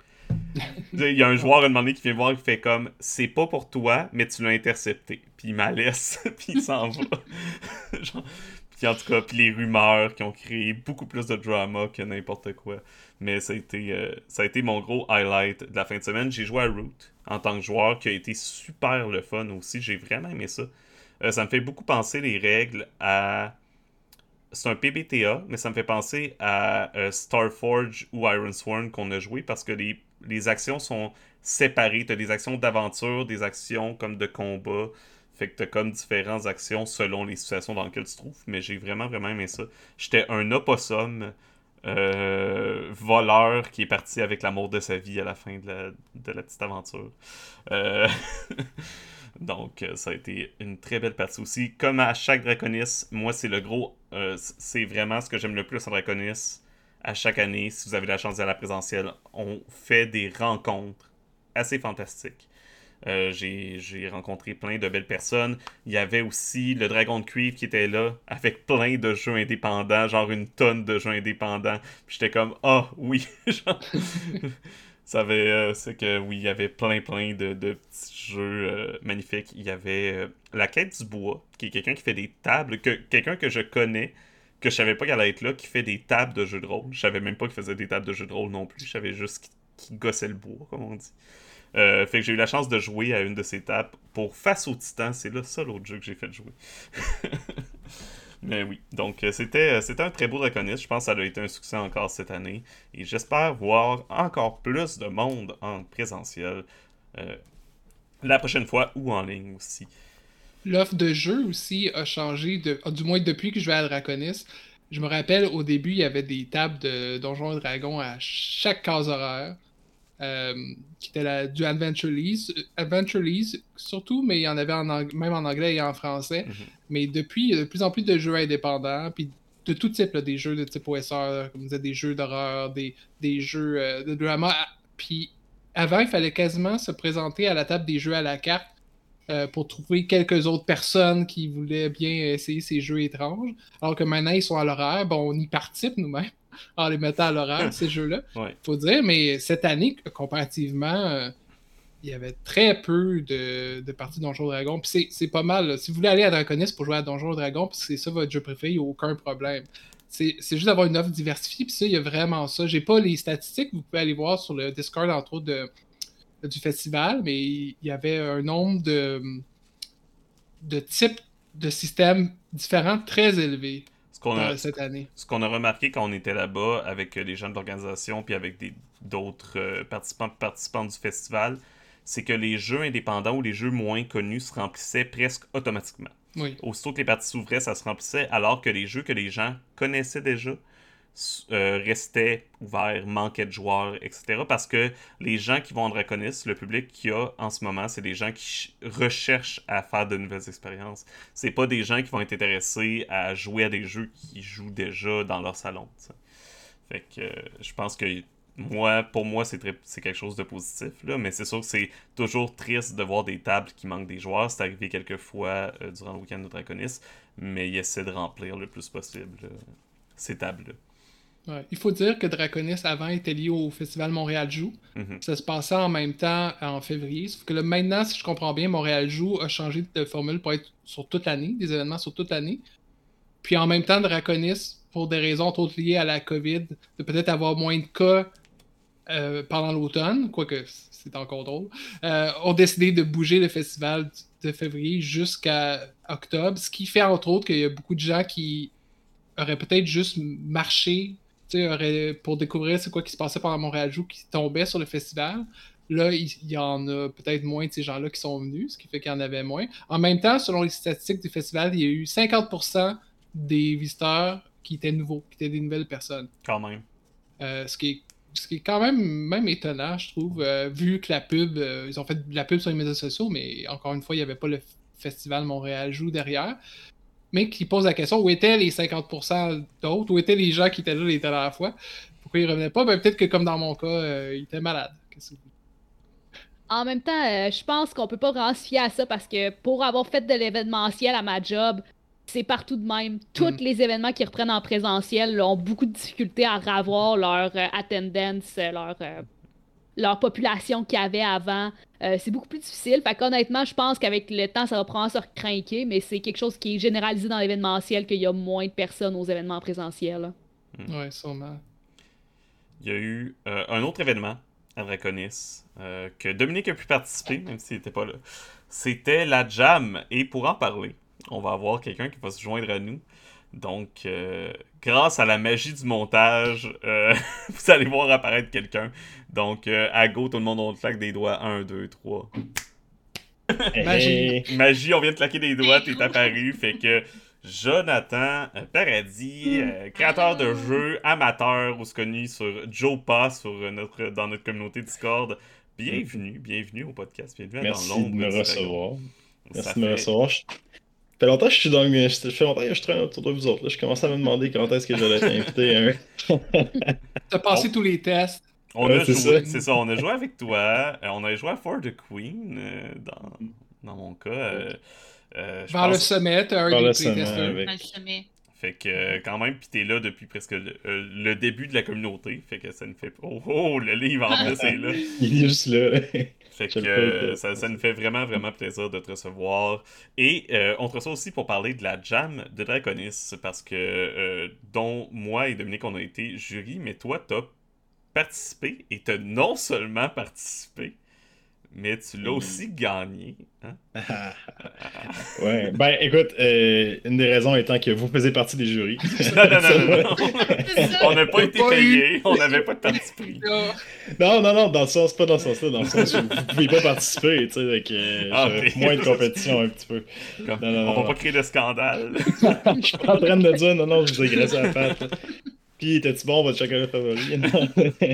[SPEAKER 1] Il y a un joueur à un moment donné qui vient voir qui fait comme c'est pas pour toi, mais tu l'as intercepté. Puis il m'a laisse, puis il s'en va. Genre, puis en tout cas, puis les rumeurs qui ont créé beaucoup plus de drama que n'importe quoi. Mais ça a été, euh, ça a été mon gros highlight de la fin de semaine. J'ai joué à Root en tant que joueur, qui a été super le fun aussi. J'ai vraiment aimé ça. Euh, ça me fait beaucoup penser les règles à... C'est un P B T A, mais ça me fait penser à euh, Starforge ou Ironsworn qu'on a joué parce que les, les actions sont séparées. T'as des actions d'aventure, des actions comme de combat. Fait que t'as comme différentes actions selon les situations dans lesquelles tu te trouves. Mais j'ai vraiment, vraiment aimé ça. J'étais un opossum euh, voleur qui est parti avec l'amour de sa vie à la fin de la, de la petite aventure. Euh... Donc, euh, ça a été une très belle partie aussi. Comme à chaque Draconis, moi, c'est le gros... Euh, c'est vraiment ce que j'aime le plus en Draconis. À chaque année, si vous avez la chance d'aller à la présentielle, on fait des rencontres assez fantastiques. Euh, j'ai, j'ai rencontré plein de belles personnes. Il y avait aussi le Dragon de Cuivre qui était là, avec plein de jeux indépendants, genre une tonne de jeux indépendants. Puis j'étais comme, ah oh, oui! Genre... Ça avait, euh, c'est que oui, il y avait plein plein de, de petits jeux euh, magnifiques. Il y avait euh, La Quête du Bois, qui est quelqu'un qui fait des tables, que quelqu'un que je connais, que je savais pas qu'elle allait être là, qui fait des tables de jeux de rôle. Je savais même pas qu'il faisait des tables de jeux de rôle non plus. Je savais juste qu'il gossait le bois, comme on dit. Euh, fait que j'ai eu la chance de jouer à une de ces tables pour Face au Titan. C'est là ça l'autre jeu que j'ai fait jouer. Mais oui, donc c'était, c'était un très beau Draconis. Je pense que ça a été un succès encore cette année. Et j'espère voir encore plus de monde en présentiel euh, la prochaine fois ou en ligne aussi.
[SPEAKER 4] L'offre de jeu aussi a changé, de, du moins depuis que je vais à Draconis. Je me rappelle, au début, il y avait des tables de Donjons et Dragons à chaque case horaire. Euh, qui était la, du Adventure Lease, Adventure Lease surtout, mais il y en avait en ang- même en anglais et en français. Mm-hmm. Mais depuis, il y a de plus en plus de jeux indépendants, puis de tout type, là, des jeux de type O S R, comme on disait, des jeux d'horreur, des, des jeux euh, de drama. Puis avant, il fallait quasiment se présenter à la table des jeux à la carte euh, pour trouver quelques autres personnes qui voulaient bien essayer ces jeux étranges. Alors que maintenant, ils sont à l'horaire, bon, on y participe nous-mêmes en les mettant à l'horaire, ces jeux-là.
[SPEAKER 1] Ouais.
[SPEAKER 4] Faut dire, mais cette année, comparativement, euh, il y avait très peu de, de parties de Donjons et Dragons. Puis c'est, c'est pas mal. Là. Si vous voulez aller à Draconis pour jouer à Donjons et Dragons, puis c'est ça votre jeu préféré, il n'y a aucun problème. C'est, c'est juste d'avoir une offre diversifiée, puis ça, il y a vraiment ça. J'ai pas les statistiques, vous pouvez aller voir sur le Discord, entre autres, de, de, du festival, mais il y avait un nombre de, de types de systèmes différents très élevés.
[SPEAKER 1] Qu'on a,
[SPEAKER 4] cette année.
[SPEAKER 1] Ce qu'on a remarqué quand on était là-bas avec les gens de l'organisation puis avec des, d'autres euh, participants participants du festival, c'est que les jeux indépendants ou les jeux moins connus se remplissaient presque automatiquement.
[SPEAKER 4] Oui.
[SPEAKER 1] Aussitôt que les parties s'ouvraient, ça se remplissait, alors que les jeux que les gens connaissaient déjà euh, restaient ouverts, manquaient de joueurs, et cetera. Parce que les gens qui vont en Draconis, le public qu'il y a en ce moment, c'est des gens qui ch- recherchent à faire de nouvelles expériences. C'est pas des gens qui vont être intéressés à jouer à des jeux qu'ils jouent déjà dans leur salon. T'sais. Fait que euh, je pense que moi, pour moi, c'est, très, c'est quelque chose de positif. Là, mais c'est sûr que c'est toujours triste de voir des tables qui manquent des joueurs. C'est arrivé quelques fois euh, durant le week-end de Draconis, mais ils essaient de remplir le plus possible euh, ces tables-là.
[SPEAKER 4] Ouais. Il faut dire que Draconis, avant, était lié au Festival Montréal Joue. Mm-hmm. Ça se passait en même temps en février. Sauf que là, maintenant, si je comprends bien, Montréal Joue a changé de formule pour être sur toute l'année, des événements sur toute l'année. Puis en même temps, Draconis, pour des raisons toutes liées à la COVID, de peut-être avoir moins de cas euh, pendant l'automne, quoique c'est encore drôle, euh, ont décidé de bouger le festival de février jusqu'à octobre. Ce qui fait, entre autres, qu'il y a beaucoup de gens qui auraient peut-être juste marché aurait, pour découvrir c'est quoi qui se passait pendant Montréal Joue, qui tombait sur le festival. Là, il, il y en a peut-être moins de ces gens-là qui sont venus, ce qui fait qu'il y en avait moins. En même temps, selon les statistiques du festival, il y a eu cinquante pour cent des visiteurs qui étaient nouveaux, qui étaient des nouvelles personnes.
[SPEAKER 1] Quand même.
[SPEAKER 4] Euh, ce, qui est, ce qui est quand même, même étonnant, je trouve, euh, vu que la pub, euh, ils ont fait de la pub sur les médias sociaux, mais encore une fois, il n'y avait pas le festival Montréal Joue derrière. Mais qui pose la question, où étaient les cinquante pour cent d'autres? Où étaient les gens qui étaient là les dernières fois? Pourquoi ils revenaient pas? Ben, peut-être que comme dans mon cas, euh, ils étaient malades. Qu'est-ce que...
[SPEAKER 3] En même temps, euh, je pense qu'on peut pas vraiment se fier à ça parce que pour avoir fait de l'événementiel à ma job, c'est partout de même. Tous
[SPEAKER 4] Mm.
[SPEAKER 3] les événements qui reprennent en présentiel là, ont beaucoup de difficultés à revoir leur euh, attendance, euh, leur, euh, leur population qu'il y avait avant. Euh, c'est beaucoup plus difficile. Fait qu'honnêtement, je pense qu'avec le temps, ça va probablement se recrinquer, mais c'est quelque chose qui est généralisé dans l'événementiel qu'il y a moins de personnes aux événements présentiels.
[SPEAKER 4] Ouais, sûrement.
[SPEAKER 1] Il y a eu euh, un autre événement à Draconis euh, que Dominique a pu participer, même s'il n'était pas là. C'était la Jam. Et pour en parler, on va avoir quelqu'un qui va se joindre à nous. Donc, euh, grâce à la magie du montage, euh, vous allez voir apparaître quelqu'un. Donc, euh, à go, tout le monde on claque des doigts. un, deux, trois.
[SPEAKER 4] Magie.
[SPEAKER 1] Magie, on vient de claquer des doigts, t'es apparu. Fait que Jonathan Paradis, euh, créateur de jeux amateur, ou connu sur Jopa, sur notre, dans notre communauté Discord. Bienvenue, bienvenue au podcast. Bienvenue
[SPEAKER 5] Merci
[SPEAKER 1] dans l'ombre
[SPEAKER 5] de me
[SPEAKER 1] du
[SPEAKER 5] recevoir.
[SPEAKER 1] dragon.
[SPEAKER 5] Merci
[SPEAKER 1] Ça
[SPEAKER 5] de me
[SPEAKER 1] fait-
[SPEAKER 5] recevoir. Je... Ça fait longtemps que je suis dans le... Ça fait longtemps que je traîne autour de vous autres. Là. Je commence à me demander quand est-ce que j'allais être invité. Hein.
[SPEAKER 4] T'as passé
[SPEAKER 1] Oh.
[SPEAKER 4] tous les tests.
[SPEAKER 1] On
[SPEAKER 5] Ouais,
[SPEAKER 1] a
[SPEAKER 5] c'est
[SPEAKER 1] joué,
[SPEAKER 5] ça.
[SPEAKER 1] c'est ça, on a joué avec toi. Euh, on a joué à For the Queen, euh, dans, dans mon cas. euh, euh, je
[SPEAKER 4] Vers le
[SPEAKER 1] pense-
[SPEAKER 4] sommet, t'as un
[SPEAKER 5] Vers
[SPEAKER 4] des
[SPEAKER 5] le sommet,
[SPEAKER 4] playtesters.
[SPEAKER 5] avec-
[SPEAKER 2] Dans le sommet.
[SPEAKER 1] Fait que euh, quand même, pis t'es là depuis presque le, euh, le début de la communauté. Fait que ça nous fait... Oh, oh, le livre en plus est là.
[SPEAKER 5] Il est juste là.
[SPEAKER 1] Fait que
[SPEAKER 5] J'aime pas
[SPEAKER 1] euh,
[SPEAKER 5] le-
[SPEAKER 1] ça, ça nous fait vraiment, vraiment plaisir de te recevoir. Et euh, on te reçoit aussi pour parler de la jam de Draconis, parce que euh, dont moi et Dominique, on a été jury, mais toi, t'as participé, et t'as non seulement participé, mais tu l'as
[SPEAKER 5] Oui.
[SPEAKER 1] aussi gagné. Hein?
[SPEAKER 5] Ouais. Ben, écoute, euh, une des raisons étant que vous faisiez partie des jurys.
[SPEAKER 1] Non, non, non, non, non.
[SPEAKER 2] C'est ça.
[SPEAKER 1] On n'a pas été
[SPEAKER 4] Pas eu.
[SPEAKER 1] payé, on n'avait pas de parti pris.
[SPEAKER 4] Ah,
[SPEAKER 5] Non, non, non, dans le sens, pas dans ce sens-là, dans le sens où vous pouvez pas participer, tu sais, avec euh,
[SPEAKER 1] Ah,
[SPEAKER 5] j'aurais
[SPEAKER 1] ok.
[SPEAKER 5] moins de compétition un petit peu.
[SPEAKER 1] Comme,
[SPEAKER 5] Non, non,
[SPEAKER 1] on
[SPEAKER 5] non,
[SPEAKER 1] va
[SPEAKER 5] non.
[SPEAKER 1] pas créer de scandale.
[SPEAKER 5] Je suis pas en train de dire, non, non, je vous ai graissé la patte. là. Puis, t'es-tu bon, votre chocolat favori? Non,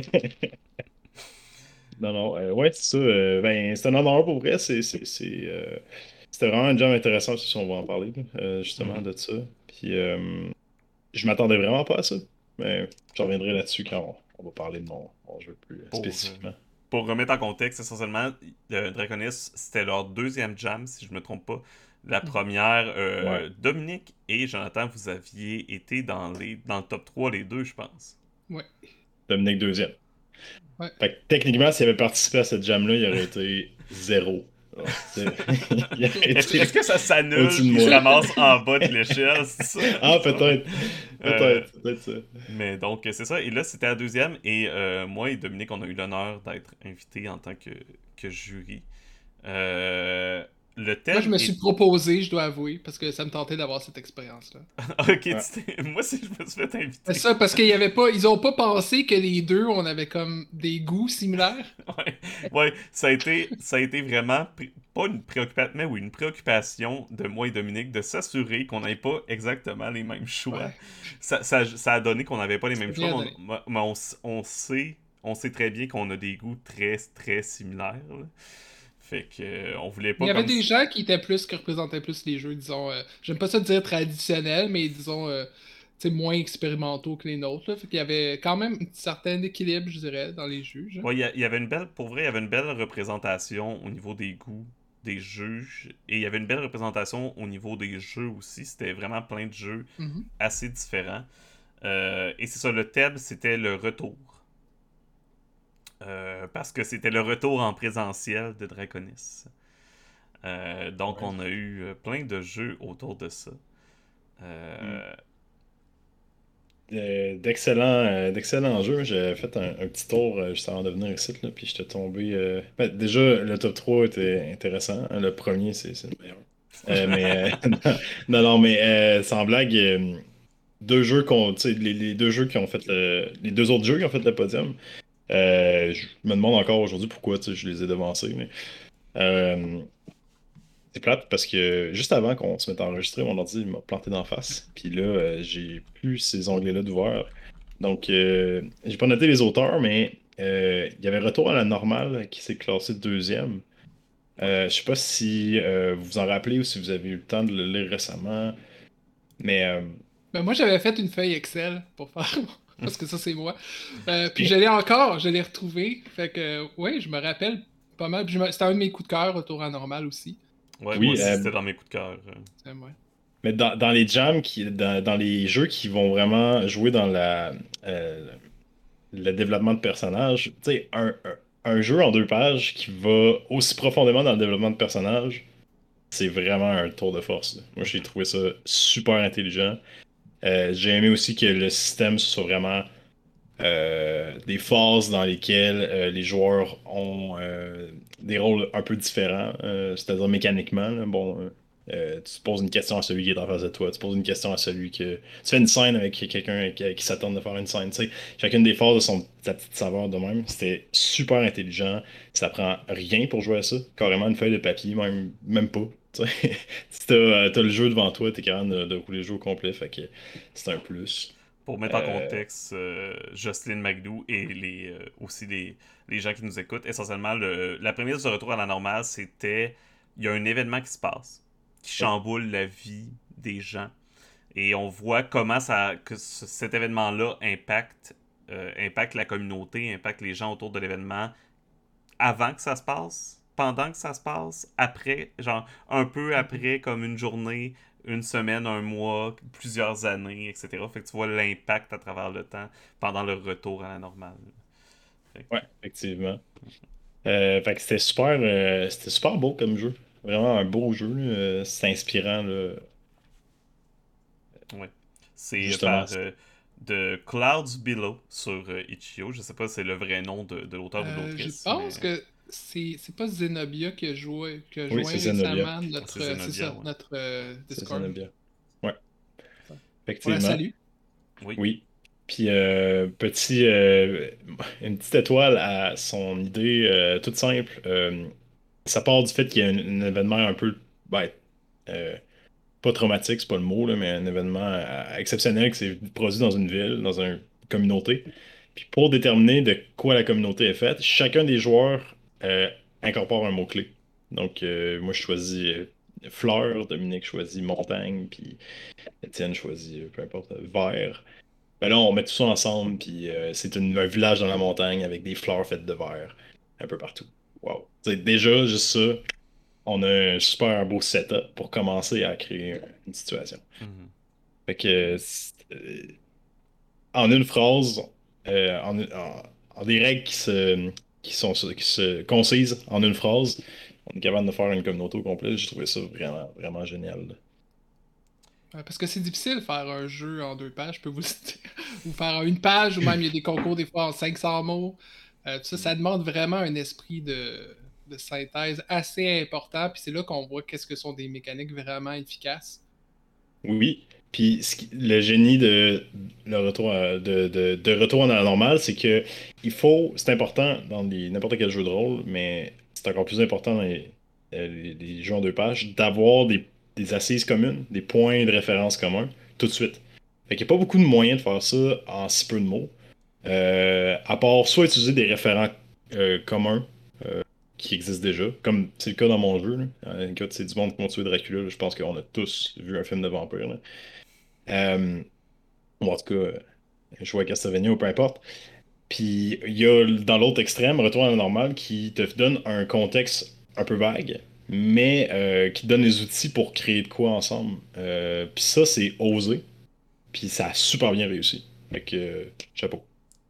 [SPEAKER 5] non, non, euh, ouais, c'est ça. euh, ben, c'est un honneur pour vrai. C'est, c'est, c'est, euh, c'était vraiment un jam intéressant, si on va en parler, là, euh, justement, de ça. Puis, euh, je m'attendais vraiment pas à ça. Mais je reviendrai là-dessus quand on, on va parler de mon, mon jeu plus euh,
[SPEAKER 1] Pour,
[SPEAKER 5] spécifiquement.
[SPEAKER 1] Pour remettre en contexte, essentiellement, euh, Draconis, c'était leur deuxième jam, si je me trompe pas. La première, euh,
[SPEAKER 5] Ouais.
[SPEAKER 1] Dominique et Jonathan, vous aviez été dans, les, dans le top trois, les deux, je pense.
[SPEAKER 4] ouais.
[SPEAKER 5] Dominique deuxième.
[SPEAKER 4] Ouais.
[SPEAKER 5] Fait que techniquement, s'il avait participé à cette jam-là, il aurait été zéro. Alors, c'est- il aurait
[SPEAKER 1] Est-ce
[SPEAKER 5] été-
[SPEAKER 1] est-ce que ça s'annule
[SPEAKER 5] Au-dessus de
[SPEAKER 1] puis
[SPEAKER 5] moi.
[SPEAKER 1] se ramasse en bas de l'échelle, c'est ça?
[SPEAKER 5] Ah, peut-être.
[SPEAKER 1] Euh,
[SPEAKER 5] Peut-être. Peut-être ça.
[SPEAKER 1] Mais donc, c'est ça. Et là, c'était la deuxième. Et euh, moi et Dominique, on a eu l'honneur d'être invités en tant que, que jury. Euh, le thème.
[SPEAKER 4] Moi, je me
[SPEAKER 1] est-
[SPEAKER 4] suis proposé, je dois avouer, parce que ça me tentait d'avoir cette expérience-là.
[SPEAKER 1] Ok,
[SPEAKER 5] Ouais.
[SPEAKER 1] tu t'es- moi aussi, je me suis fait inviter.
[SPEAKER 4] C'est ça, parce qu'ils y avait pas, ils ont pas pensé que les deux, on avait comme des goûts similaires.
[SPEAKER 1] Ouais, ouais, ça a été, ça a été vraiment, pré- pas une préoccupation, mais oui, une préoccupation de moi et Dominique de s'assurer qu'on n'ait pas exactement les mêmes choix.
[SPEAKER 4] Ouais.
[SPEAKER 1] Ça, ça, ça a donné qu'on n'avait pas les mêmes
[SPEAKER 4] bien
[SPEAKER 1] choix,
[SPEAKER 4] donné.
[SPEAKER 1] mais on, mais on s- on sait, on sait très bien qu'on a des goûts très, très similaires. là. Fait que, euh, on voulait pas
[SPEAKER 4] Il y avait
[SPEAKER 1] comme
[SPEAKER 4] des
[SPEAKER 1] si-
[SPEAKER 4] gens qui étaient plus, qui représentaient plus les jeux, disons, euh, j'aime pas ça dire traditionnels, mais disons, euh, tu sais, moins expérimentaux que les nôtres. Là. Fait qu'il y avait quand même un certain équilibre, je dirais, dans les juges. hein.
[SPEAKER 1] Ouais, il y, a- il y avait une belle, pour vrai, il y avait une belle représentation au niveau des goûts des juges, et il y avait une belle représentation au niveau des jeux aussi. C'était vraiment plein de jeux
[SPEAKER 4] Mhm.
[SPEAKER 1] assez différents. Euh, et c'est ça, le thème, c'était le retour. Euh, parce que c'était le retour en présentiel de Draconis. Euh, donc,
[SPEAKER 5] Ouais.
[SPEAKER 1] on a eu euh, plein de jeux autour de ça. Euh,
[SPEAKER 5] Euh, d'excellents, euh, d'excellents jeux. J'ai fait un, un petit tour euh, juste avant de venir ici, là, puis j'étais tombé. euh, ben, déjà, le top trois était intéressant. hein, Le premier, c'est c'est le meilleur. Euh, mais euh, non, non, mais euh, sans blague, euh, deux jeux qu'on, tu sais, les, les deux jeux qui ont fait le, les deux autres jeux qui ont fait le podium. Euh, je me demande encore aujourd'hui pourquoi tu sais, je les ai devancés. Mais, euh, c'est plate parce que juste avant qu'on se mette à enregistrer, mon ordi m'a planté d'en face. Puis là, euh, j'ai plus ces onglets-là d'ouvert. Donc, euh, j'ai pas noté les auteurs, mais euh, il y avait Retour à la normale qui s'est classé deuxième. Euh, je sais pas si euh, vous vous en rappelez ou si vous avez eu le temps de le lire récemment, mais euh,
[SPEAKER 4] Ben, moi, j'avais fait une feuille Excel pour faire. Parce que ça, c'est moi. Euh, puis je
[SPEAKER 5] ok.
[SPEAKER 4] l'ai encore, je l'ai retrouvé. Fait que, oui, je me rappelle pas mal. Puis je me- C'était un de mes coups de cœur, Retour à normal aussi.
[SPEAKER 1] Ouais, moi
[SPEAKER 5] Oui,
[SPEAKER 1] aussi,
[SPEAKER 5] euh,
[SPEAKER 1] c'était dans mes coups de cœur. euh.
[SPEAKER 4] C'est moi.
[SPEAKER 5] mais dans, dans les jams, qui, dans, dans les jeux qui vont vraiment jouer dans la, euh, le développement de personnages, tu sais, un, un, un jeu en deux pages qui va aussi profondément dans le développement de personnages, c'est vraiment un tour de force, là. Moi, j'ai trouvé ça super intelligent. Euh, j'ai aimé aussi que le système soit vraiment euh, des phases dans lesquelles euh, les joueurs ont euh, des rôles un peu différents, euh, c'est-à-dire mécaniquement. Là. Bon, euh, euh, tu poses une question à celui qui est en face de toi, tu poses une question à celui que. Tu fais une scène avec quelqu'un qui, qui s'attend de faire une scène. Tu sais, chacune des phases a son, sa petite saveur de même. C'était super intelligent. Ça prend rien pour jouer à ça. Carrément une feuille de papier, même, même pas. Tu sais. Si t'as, euh, t'as le jeu devant toi, t'es capable de, de rouler le jeu au complet. Fait que c'est un plus.
[SPEAKER 1] Pour mettre en
[SPEAKER 5] Euh,
[SPEAKER 1] contexte, euh, Jocelyne McDough et les, euh, aussi les, les gens qui nous écoutent, essentiellement, le, la prémisse de Retour à la normale, c'était il y a un événement qui se passe, qui
[SPEAKER 5] oui,
[SPEAKER 1] chamboule la vie des gens. Et on voit comment ça, que ce- cet événement-là impacte, euh, impacte la communauté, impacte les gens autour de l'événement avant que ça se passe, pendant que ça se passe, après, genre un peu après, comme une journée, une semaine, un mois, plusieurs années, et cetera. Fait que tu vois l'impact à travers le temps pendant le retour à la normale. Fait
[SPEAKER 5] ouais, effectivement. Euh, fait que c'était super, euh, c'était super beau comme jeu. Vraiment un beau jeu, là. Euh, c'est inspirant, là.
[SPEAKER 1] que, ouais. C'est
[SPEAKER 5] Justement.
[SPEAKER 1] par euh, The Clouds Below sur euh, itch point io. Je sais pas si c'est le vrai nom de, de l'auteur ou de
[SPEAKER 4] Euh, je
[SPEAKER 1] l'autrice,
[SPEAKER 4] pense
[SPEAKER 1] mais
[SPEAKER 4] que c'est c'est pas Zenobia qui a joué, qui a
[SPEAKER 5] Oui, c'est
[SPEAKER 4] joint
[SPEAKER 5] Zenobia.
[SPEAKER 4] récemment
[SPEAKER 1] c'est
[SPEAKER 4] notre, euh, c'est
[SPEAKER 1] Zenobia,
[SPEAKER 4] ça,
[SPEAKER 1] ouais.
[SPEAKER 4] notre euh,
[SPEAKER 5] C'est
[SPEAKER 4] Discord.
[SPEAKER 5] Zenobia. Ouais,
[SPEAKER 4] On la
[SPEAKER 5] effectivement.
[SPEAKER 4] salue.
[SPEAKER 1] Oui.
[SPEAKER 5] Oui. Puis, euh, petit, euh, une petite étoile à son idée euh, toute simple. Euh, ça part du fait qu'il y a un, un événement un peu, ben, euh, pas traumatique, c'est pas le mot, là, mais un événement euh, exceptionnel qui s'est produit dans une ville, dans une communauté. Puis pour déterminer de quoi la communauté est faite, chacun des joueurs euh, incorpore un mot-clé. Donc, euh, moi, je choisis euh, fleur, Dominique choisit montagne, puis Étienne choisit, euh, peu importe, euh, vert. Ben là, on met tout ça ensemble, puis euh, c'est une- un village dans la montagne avec des fleurs faites de vert un peu partout. Wow. C'est déjà, juste ça, on a un super beau setup pour commencer à créer une situation.
[SPEAKER 1] Mhm.
[SPEAKER 5] Fait que, c'est- euh, en une phrase, euh, en, en- en des règles qui se, qui sont, qui se concisent en une phrase, on est capable de faire une communauté au complet. J'ai trouvé ça vraiment, vraiment génial, là.
[SPEAKER 4] Euh, Parce que c'est difficile de faire un jeu en deux pages, je peux vous le dire. Ou faire une page, ou même il y a des concours des fois en cinq cents mots. Euh, tout ça, ça demande vraiment un esprit de, de synthèse assez important. Puis c'est là qu'on voit qu'est-ce que sont des mécaniques vraiment efficaces.
[SPEAKER 5] Oui. Puis ce qui- le génie de le retour à- de, de, de retour à la normale, c'est que il faut, c'est important dans les- n'importe quel jeu de rôle, mais c'est encore plus important dans les, euh, les- les jeux en deux pages, d'avoir des, des assises communes, des points de référence communs, tout de suite. Fait qu'il n'y a pas beaucoup de moyens de faire ça en si peu de mots. Euh, à part soit utiliser des référents euh, communs euh, qui existent déjà, comme c'est le cas dans mon jeu. Là. Euh, écoute, c'est du monde qui m'a tué Dracula. Là. Je pense qu'on a tous vu un film de vampire. Là. Euh, ou en tout cas, euh, jouer à Castlevania ou peu importe. Puis il y a dans l'autre extrême, Retour à la normale, qui te donne un contexte un peu vague, mais euh, qui te donne les outils pour créer de quoi ensemble. Euh, puis ça, c'est osé. Puis ça a super bien réussi. Fait que, euh, chapeau.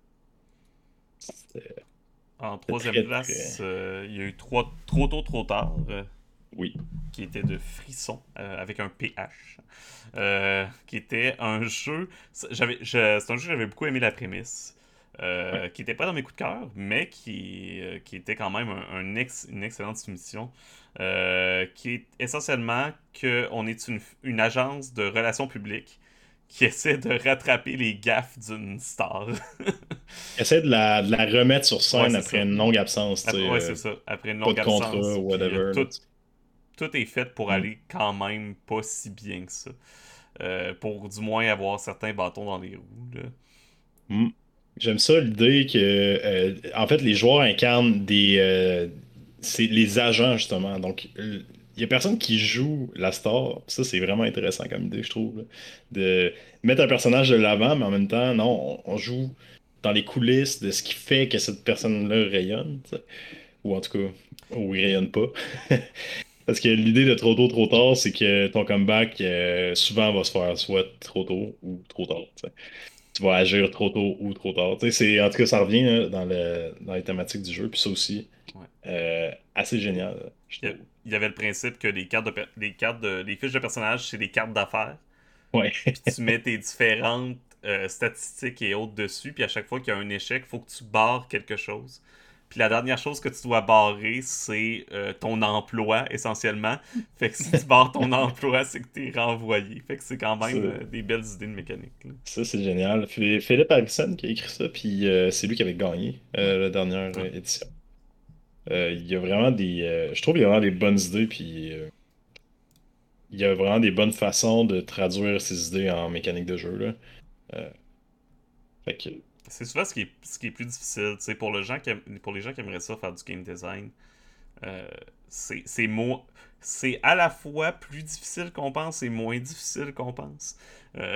[SPEAKER 5] C'était
[SPEAKER 1] En
[SPEAKER 5] c'était
[SPEAKER 1] troisième
[SPEAKER 5] très,
[SPEAKER 1] place,
[SPEAKER 5] très.
[SPEAKER 1] euh, il y a eu trois, Trop tôt, trop tard, euh,
[SPEAKER 5] Oui.
[SPEAKER 1] qui était de Frisson, euh, avec un P H, euh, qui était un jeu... J'avais, je- c'est un jeu que j'avais beaucoup aimé la prémisse,
[SPEAKER 5] Ouais.
[SPEAKER 1] euh, qui n'était pas dans mes coups de cœur, mais qui, euh, qui était quand même un, un ex- une excellente soumission, euh, qui est essentiellement qu'on est une, une agence de relations publiques qui essaie de rattraper les gaffes d'une star.
[SPEAKER 5] Essaie de la, de la remettre sur scène
[SPEAKER 1] Ouais,
[SPEAKER 5] après
[SPEAKER 1] ça.
[SPEAKER 5] une longue absence.
[SPEAKER 1] Après,
[SPEAKER 5] ouais,
[SPEAKER 1] ouais, c'est ça. Après une
[SPEAKER 5] pas
[SPEAKER 1] longue
[SPEAKER 5] de
[SPEAKER 1] absence.
[SPEAKER 5] contrat, whatever.
[SPEAKER 1] Tout, tout est fait pour
[SPEAKER 5] mm.
[SPEAKER 1] aller quand même pas si bien que ça. Euh, pour du moins avoir certains bâtons dans les roues. Là.
[SPEAKER 5] Mm. J'aime ça l'idée que, euh, en fait, les joueurs incarnent des, euh, c'est les agents justement. Donc, il y a personne qui joue la star. Ça, c'est vraiment intéressant comme idée, je trouve, là. De mettre un personnage de l'avant, mais en même temps, non, on, on joue dans les coulisses de ce qui fait que cette personne-là rayonne, t'sais. Ou en tout cas, ou il rayonne pas. Parce que l'idée de trop tôt, trop tard, c'est que ton comeback euh, souvent va se faire soit trop tôt ou trop tard. T'sais. Tu vas agir trop tôt ou trop tard. Tu sais, c'est, en tout cas, ça revient là, dans, le, dans les thématiques du jeu, puis ça aussi,
[SPEAKER 1] Ouais.
[SPEAKER 5] euh, assez génial, là, je
[SPEAKER 1] Il y, a-
[SPEAKER 5] trouve.
[SPEAKER 1] il y avait le principe que les cartes de per- les cartes de, les fiches de personnages, c'est des cartes d'affaires.
[SPEAKER 5] Ouais.
[SPEAKER 1] Puis tu mets tes différentes euh, statistiques et autres dessus, puis à chaque fois qu'il y a un échec, il faut que tu barres quelque chose. Puis la dernière chose que tu dois barrer, c'est euh, ton emploi, essentiellement. Fait que si tu barres ton emploi, c'est que t'es renvoyé. Fait que c'est quand même
[SPEAKER 5] Ça-
[SPEAKER 1] euh, des belles idées de mécanique. Là.
[SPEAKER 5] Ça, c'est génial. Ph- Philippe Harrison qui a écrit ça, puis euh, c'est lui qui avait gagné euh, la dernière euh, édition. Euh, il y a vraiment des. euh, je trouve qu'il y a vraiment des bonnes idées, puis euh, il y a vraiment des bonnes façons de traduire ces idées en mécanique de jeu, là. Euh, fait que.
[SPEAKER 1] C'est souvent ce qui est, ce qui est plus difficile. Tu sais, pour, le gens qui aiment- pour les gens qui aimeraient ça faire du game design, euh, c'est c'est mo- c'est à la fois plus difficile qu'on pense et moins difficile qu'on pense. Euh,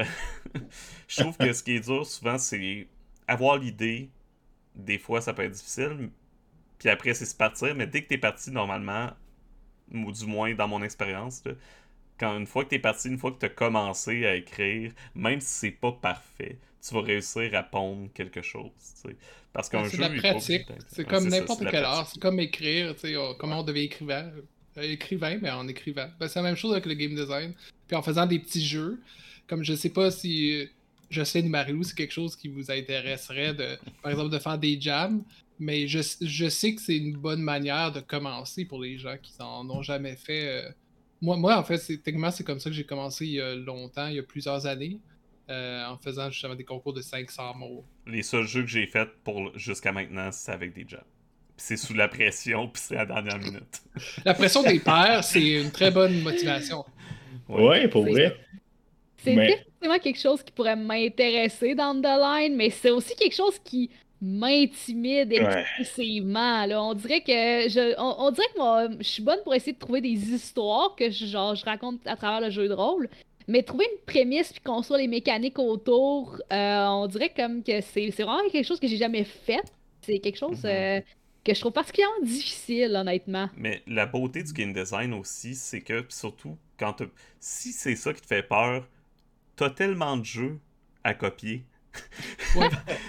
[SPEAKER 1] je trouve que ce qui est dur souvent, c'est avoir l'idée. Des fois, ça peut être difficile. Puis après, c'est se partir. Mais dès que t'es parti, normalement, ou du moins dans mon expérience, là, quand une fois que t'es parti, une fois que t'as commencé à écrire, même si c'est pas parfait, tu vas réussir à pondre quelque chose. Tu sais. Parce qu'un
[SPEAKER 4] C'est
[SPEAKER 1] jeu.
[SPEAKER 4] de la
[SPEAKER 1] est pas
[SPEAKER 4] pratique.
[SPEAKER 1] obligé d'être-
[SPEAKER 4] C'est
[SPEAKER 1] Ouais,
[SPEAKER 4] comme
[SPEAKER 1] ça,
[SPEAKER 4] n'importe
[SPEAKER 1] c'est de la
[SPEAKER 4] quel
[SPEAKER 1] pratique.
[SPEAKER 4] art. C'est comme écrire, tu sais, on- comment on devait écrivain. Euh, écrivain, mais en écrivant. Ben, c'est la même chose avec le game design. Puis en faisant des petits jeux, comme je sais pas si euh, Jocelyne Marilou, c'est quelque chose qui vous intéresserait, de, par exemple, de faire des jams, mais je, je sais que c'est une bonne manière de commencer pour les gens qui n'en ont jamais fait. euh. Moi, moi, en fait, c'est, techniquement, c'est comme ça que j'ai commencé il y a longtemps, il y a plusieurs années, euh, en faisant justement des concours de cinq cents mots.
[SPEAKER 1] Les seuls jeux que j'ai faits pour jusqu'à maintenant, c'est avec des jams. Puis c'est sous la pression, puis c'est à la dernière minute.
[SPEAKER 4] La pression des pairs, c'est une très bonne motivation.
[SPEAKER 1] Ouais.
[SPEAKER 5] Ouais, pour
[SPEAKER 3] C'est-
[SPEAKER 5] vrai.
[SPEAKER 3] C'est
[SPEAKER 5] Mais-
[SPEAKER 3] effectivement quelque chose qui pourrait m'intéresser dans the line, mais c'est aussi quelque chose qui m'intimide
[SPEAKER 5] Ouais.
[SPEAKER 3] excessivement. Là. On dirait que je, on, on dirait que moi, je suis bonne pour essayer de trouver des histoires que je, genre, je raconte à travers le jeu de rôle, mais trouver une prémisse puis construire les mécaniques autour, euh, on dirait comme que c'est c'est vraiment quelque chose que j'ai jamais fait. C'est quelque chose
[SPEAKER 1] Mhm.
[SPEAKER 3] euh, que je trouve particulièrement difficile, honnêtement.
[SPEAKER 1] Mais la beauté du game design aussi, c'est que, pis surtout, quand t'as- si c'est ça qui te fait peur, t'as tellement de jeux à copier.
[SPEAKER 4] Ouais.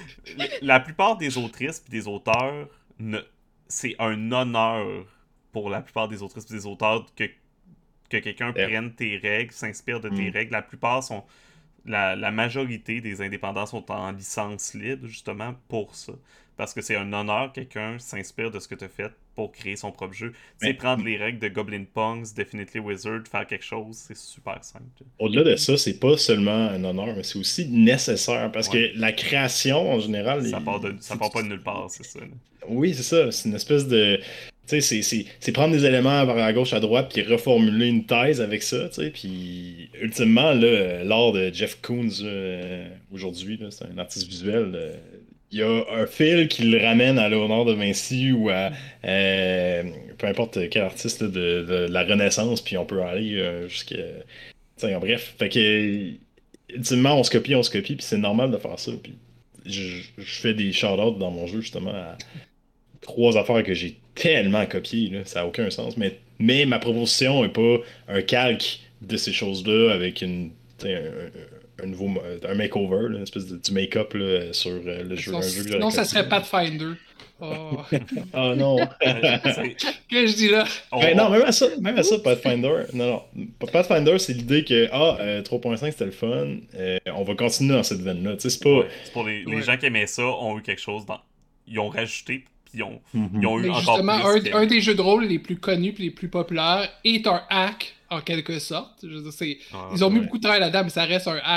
[SPEAKER 1] La plupart des autrices et des auteurs, ne... c'est un honneur pour la plupart des autrices et des auteurs que, que quelqu'un
[SPEAKER 5] Yeah.
[SPEAKER 1] prenne tes règles, s'inspire de tes
[SPEAKER 5] Mm.
[SPEAKER 1] règles. La plupart sont... La, la majorité des indépendants sont en licence libre, justement, pour ça. Parce que c'est un honneur, quelqu'un s'inspire de ce que tu as fait pour créer son propre jeu. Tu sais,
[SPEAKER 5] Mais-
[SPEAKER 1] prendre les règles de Goblin Punks, Definitely Wizard, faire quelque chose, c'est super simple.
[SPEAKER 5] Au-delà de ça, c'est pas seulement un honneur, mais c'est aussi nécessaire. Parce
[SPEAKER 1] Ouais.
[SPEAKER 5] que la création, en général.
[SPEAKER 1] Ça
[SPEAKER 5] il-
[SPEAKER 1] part, de, ça
[SPEAKER 5] c'est-
[SPEAKER 1] part pas de nulle part, c'est ça. là.
[SPEAKER 5] Oui, c'est ça. C'est une espèce de. Tu sais, c'est- c'est c'est prendre des éléments à gauche, à droite, puis reformuler une thèse avec ça, tu sais. Puis, ultimement, là, l'art de Jeff Koons, euh, aujourd'hui, là, c'est un artiste visuel. euh, Il y a un fil qui le ramène à Léonard de Vinci ou à euh, peu importe quel artiste là, de, de la Renaissance, puis on peut aller euh, jusqu'à. Tu sais, en bref. Fait que, ultimement, on se copie, on se copie, puis c'est normal de faire ça. Puis, je, je fais des shout-outs dans mon jeu, justement, à trois affaires que j'ai tellement copiées, là, ça n'a aucun sens. Mais, mais ma proposition n'est pas un calque de ces choses-là avec une, tu sais, un, un- un nouveau un makeover, là, une espèce de du make-up là, sur euh, le jeu.
[SPEAKER 4] Sinon,
[SPEAKER 5] un jeu que j'aurais
[SPEAKER 4] sinon, ça
[SPEAKER 5] copié.
[SPEAKER 4] serait Pathfinder. Oh.
[SPEAKER 5] Ah non!
[SPEAKER 1] C'est-
[SPEAKER 4] que je dis là?
[SPEAKER 1] on-
[SPEAKER 5] Ben non, même à ça, même à ça, Pathfinder. Non, non. Pathfinder, c'est l'idée que ah, euh, trois point cinq c'était le fun. euh, on va continuer dans cette veine-là. Tu sais, c'est pas.
[SPEAKER 1] Ouais, c'est pour les, les
[SPEAKER 4] Ouais.
[SPEAKER 1] gens qui aimaient ça, ont eu quelque chose dans. Ils ont rajouté, puis ils ont,
[SPEAKER 5] Mhm.
[SPEAKER 1] ils ont eu
[SPEAKER 4] Mais
[SPEAKER 1] encore
[SPEAKER 4] justement,
[SPEAKER 1] plus.
[SPEAKER 4] un,
[SPEAKER 1] que-
[SPEAKER 4] un des jeux de rôle les plus connus et les plus populaires est un hack, en quelque sorte. Je veux dire, c'est-
[SPEAKER 1] Ah,
[SPEAKER 4] ils ont mis
[SPEAKER 1] ouais.
[SPEAKER 4] beaucoup de travail là-dedans, mais ça reste un hack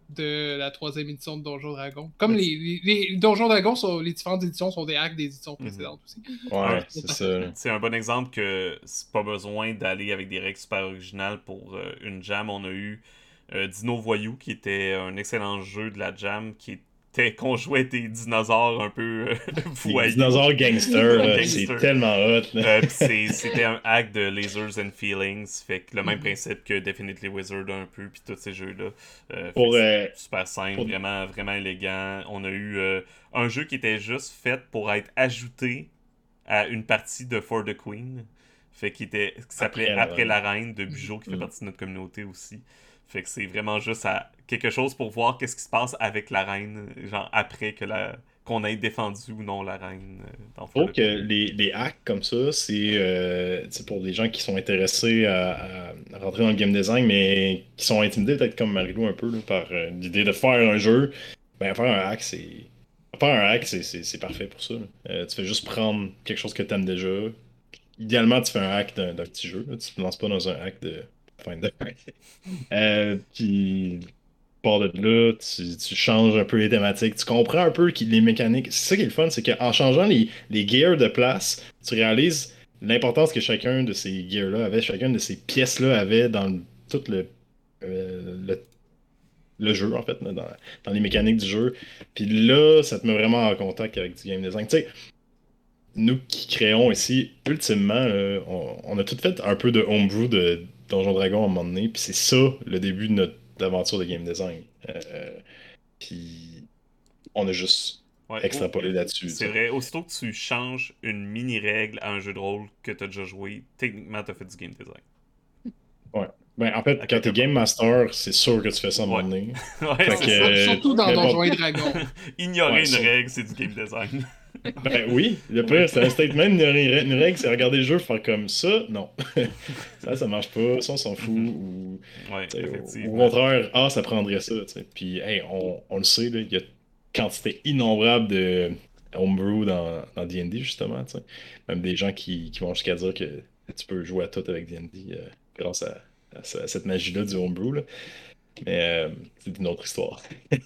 [SPEAKER 4] de la troisième édition de Donjons Dragons. Comme les, les, les Donjons Dragons, sont, les différentes éditions sont des hacks des éditions précédentes aussi.
[SPEAKER 5] Ouais, c'est ça.
[SPEAKER 1] C'est un bon exemple que c'est pas besoin d'aller avec des règles super originales pour euh, une jam. On a eu euh, Dino Voyou, qui était un excellent jeu de la jam, qui était qu'on jouait des dinosaures un peu euh,
[SPEAKER 5] voyous. Des dinosaures gangsters, là, c'est tellement hot.
[SPEAKER 1] Euh, C'était un hack de Lasers and Feelings, fait que le même mm-hmm. principe que Definitely Wizard un peu, puis tous ces jeux-là. Euh, pour, euh, super simple, pour... vraiment, vraiment élégant. On a eu euh, un jeu qui était juste fait pour être ajouté à une partie de For the Queen, fait qu'il était, qui s'appelait Après, Après la Reine, de Bujo, qui mm-hmm. fait partie de notre communauté aussi. Fait que c'est vraiment juste à quelque chose pour voir qu'est-ce qui se passe avec la reine, genre après que la qu'on ait défendu ou non la reine.
[SPEAKER 5] Je trouve que les, les hacks comme ça, c'est euh, pour des gens qui sont intéressés à, à rentrer dans le game design, mais qui sont intimidés peut-être comme Marilou un peu là, par euh, l'idée de faire un jeu. Ben faire un hack, c'est faire un hack, c'est, c'est, c'est parfait pour ça. Euh, tu fais juste prendre quelque chose que tu aimes déjà. Idéalement, tu fais un hack d'un, d'un petit jeu. Là. Tu te lances pas dans un hack de Finder. euh, puis, part de là, tu, tu changes un peu les thématiques, tu comprends un peu les mécaniques. C'est ça qui est le fun, c'est qu'en changeant les, les gears de place, tu réalises l'importance que chacun de ces gears-là avait, chacune de ces pièces-là avait dans le, tout le, euh, le, le jeu, en fait, là, dans, dans les mécaniques du jeu. Puis là, ça te met vraiment en contact avec du game design. Tu sais, nous qui créons ici, ultimement, là, on, on a tout fait un peu de homebrew de Donjons Dragons à un moment donné, puis c'est ça le début de notre aventure de game design. Euh, puis on a juste ouais, extrapolé là-dessus.
[SPEAKER 1] C'est vrai, aussitôt que tu changes une mini-règle à un jeu de rôle que tu as déjà joué, techniquement tu as fait du game design.
[SPEAKER 5] Ouais. Ben, en fait, à quand t'es Game Master, c'est sûr que tu fais ça à un moment donné.
[SPEAKER 1] Ouais,
[SPEAKER 4] c'est que, ça. Surtout dans Donjons et Dragons.
[SPEAKER 1] Ignorer ouais, une ça. règle, c'est du game design.
[SPEAKER 5] Ben oui, le pire, c'est un statement, une règle, c'est regarder le jeu, faire comme ça, non. ça, ça marche pas, ça, on s'en fout. Ou,
[SPEAKER 1] ouais,
[SPEAKER 5] au, au contraire, ah, ça prendrait ça. T'sais. Puis, hey, on, on le sait, il y a quantité innombrable de homebrew dans, dans D and D, justement. T'sais. Même des gens qui, qui vont jusqu'à dire que tu peux jouer à tout avec D and D euh, grâce à, à, à cette magie-là du homebrew. Là. Mais euh, c'est une autre histoire.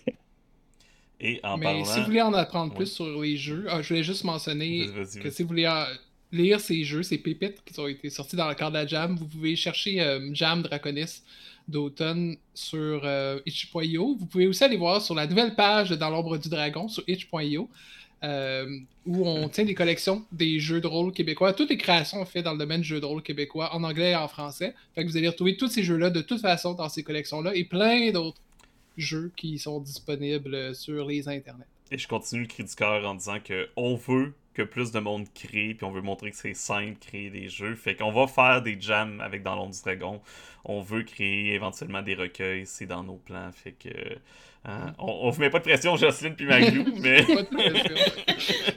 [SPEAKER 1] Et en
[SPEAKER 4] Mais
[SPEAKER 1] parlant...
[SPEAKER 4] si vous voulez en apprendre plus ouais. sur les jeux, ah, je voulais juste mentionner vas-y, vas-y. que si vous voulez en... lire ces jeux, ces pépites qui ont été sortis dans le cadre de la Jam, vous pouvez chercher euh, Jam Draconis d'automne sur euh, itch point i o. Vous pouvez aussi aller voir sur la nouvelle page de Dans l'ombre du dragon sur itch point i o euh, où on tient des collections des jeux de rôle québécois. Toutes les créations faites dans le domaine du jeu de rôle québécois en anglais et en français. Fait que vous allez retrouver tous ces jeux-là de toute façon dans ces collections-là et plein d'autres jeux qui sont disponibles sur les internets.
[SPEAKER 1] Et je continue le cri du cœur en disant que on veut que plus de monde crée, puis on veut montrer que c'est simple créer des jeux. Fait qu'on va faire des jams avec Dans l'ombre du dragon. On veut créer éventuellement des recueils, c'est dans nos plans. Fait que hein, on, on vous met pas de pression, Jocelyne puis Maglou, mais
[SPEAKER 4] pas de pression.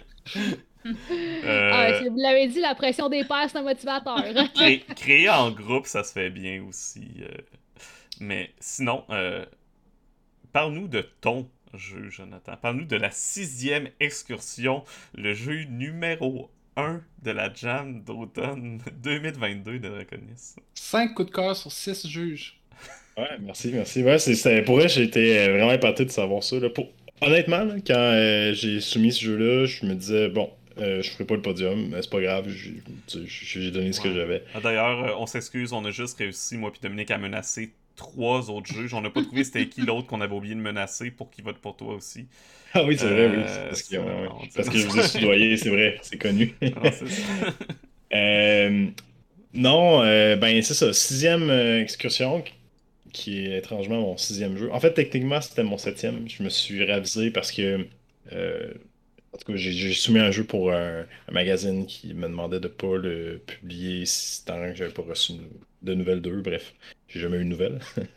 [SPEAKER 3] euh... ah, vous l'avez dit, la pression des pairs, c'est un motivateur.
[SPEAKER 1] Cré- créer en groupe, ça se fait bien aussi. Euh... Mais sinon, euh... parle-nous de ton jeu, Jonathan. Parle-nous de la sixième excursion, le jeu numéro un de la Jam d'automne deux mille vingt-deux de Draconis.
[SPEAKER 4] Cinq coups de cœur sur six juges.
[SPEAKER 5] Ouais, merci, merci. Ouais, c'est, c'est, pour vrai, j'ai été vraiment épaté de savoir ça. Là. Pour... Honnêtement, là, quand euh, j'ai soumis ce jeu-là, je me disais, bon, euh, je ferai pas le podium, mais c'est pas grave, j'ai, j'ai donné ce ouais. que j'avais.
[SPEAKER 1] D'ailleurs, on s'excuse, on a juste réussi, moi puis Dominique, à menacer trois autres juges. On n'a pas trouvé c'était qui l'autre qu'on avait oublié de menacer pour qu'il vote pour toi aussi.
[SPEAKER 5] Ah oui, c'est euh, vrai, oui. C'est parce, que, ouais, ouais. parce que je vous ai soudoyé, c'est vrai, c'est connu.
[SPEAKER 1] Non, c'est ça.
[SPEAKER 5] euh, non, euh, ben c'est ça. Sixième euh, excursion, qui est étrangement mon sixième jeu. En fait, techniquement, c'était mon septième. Je me suis ravisé parce que euh, en tout cas, j'ai, j'ai soumis un jeu pour un, un magazine qui me demandait de pas le publier tant que j'avais pas reçu de nouvelles d'eux. Bref, j'ai jamais eu de nouvelles.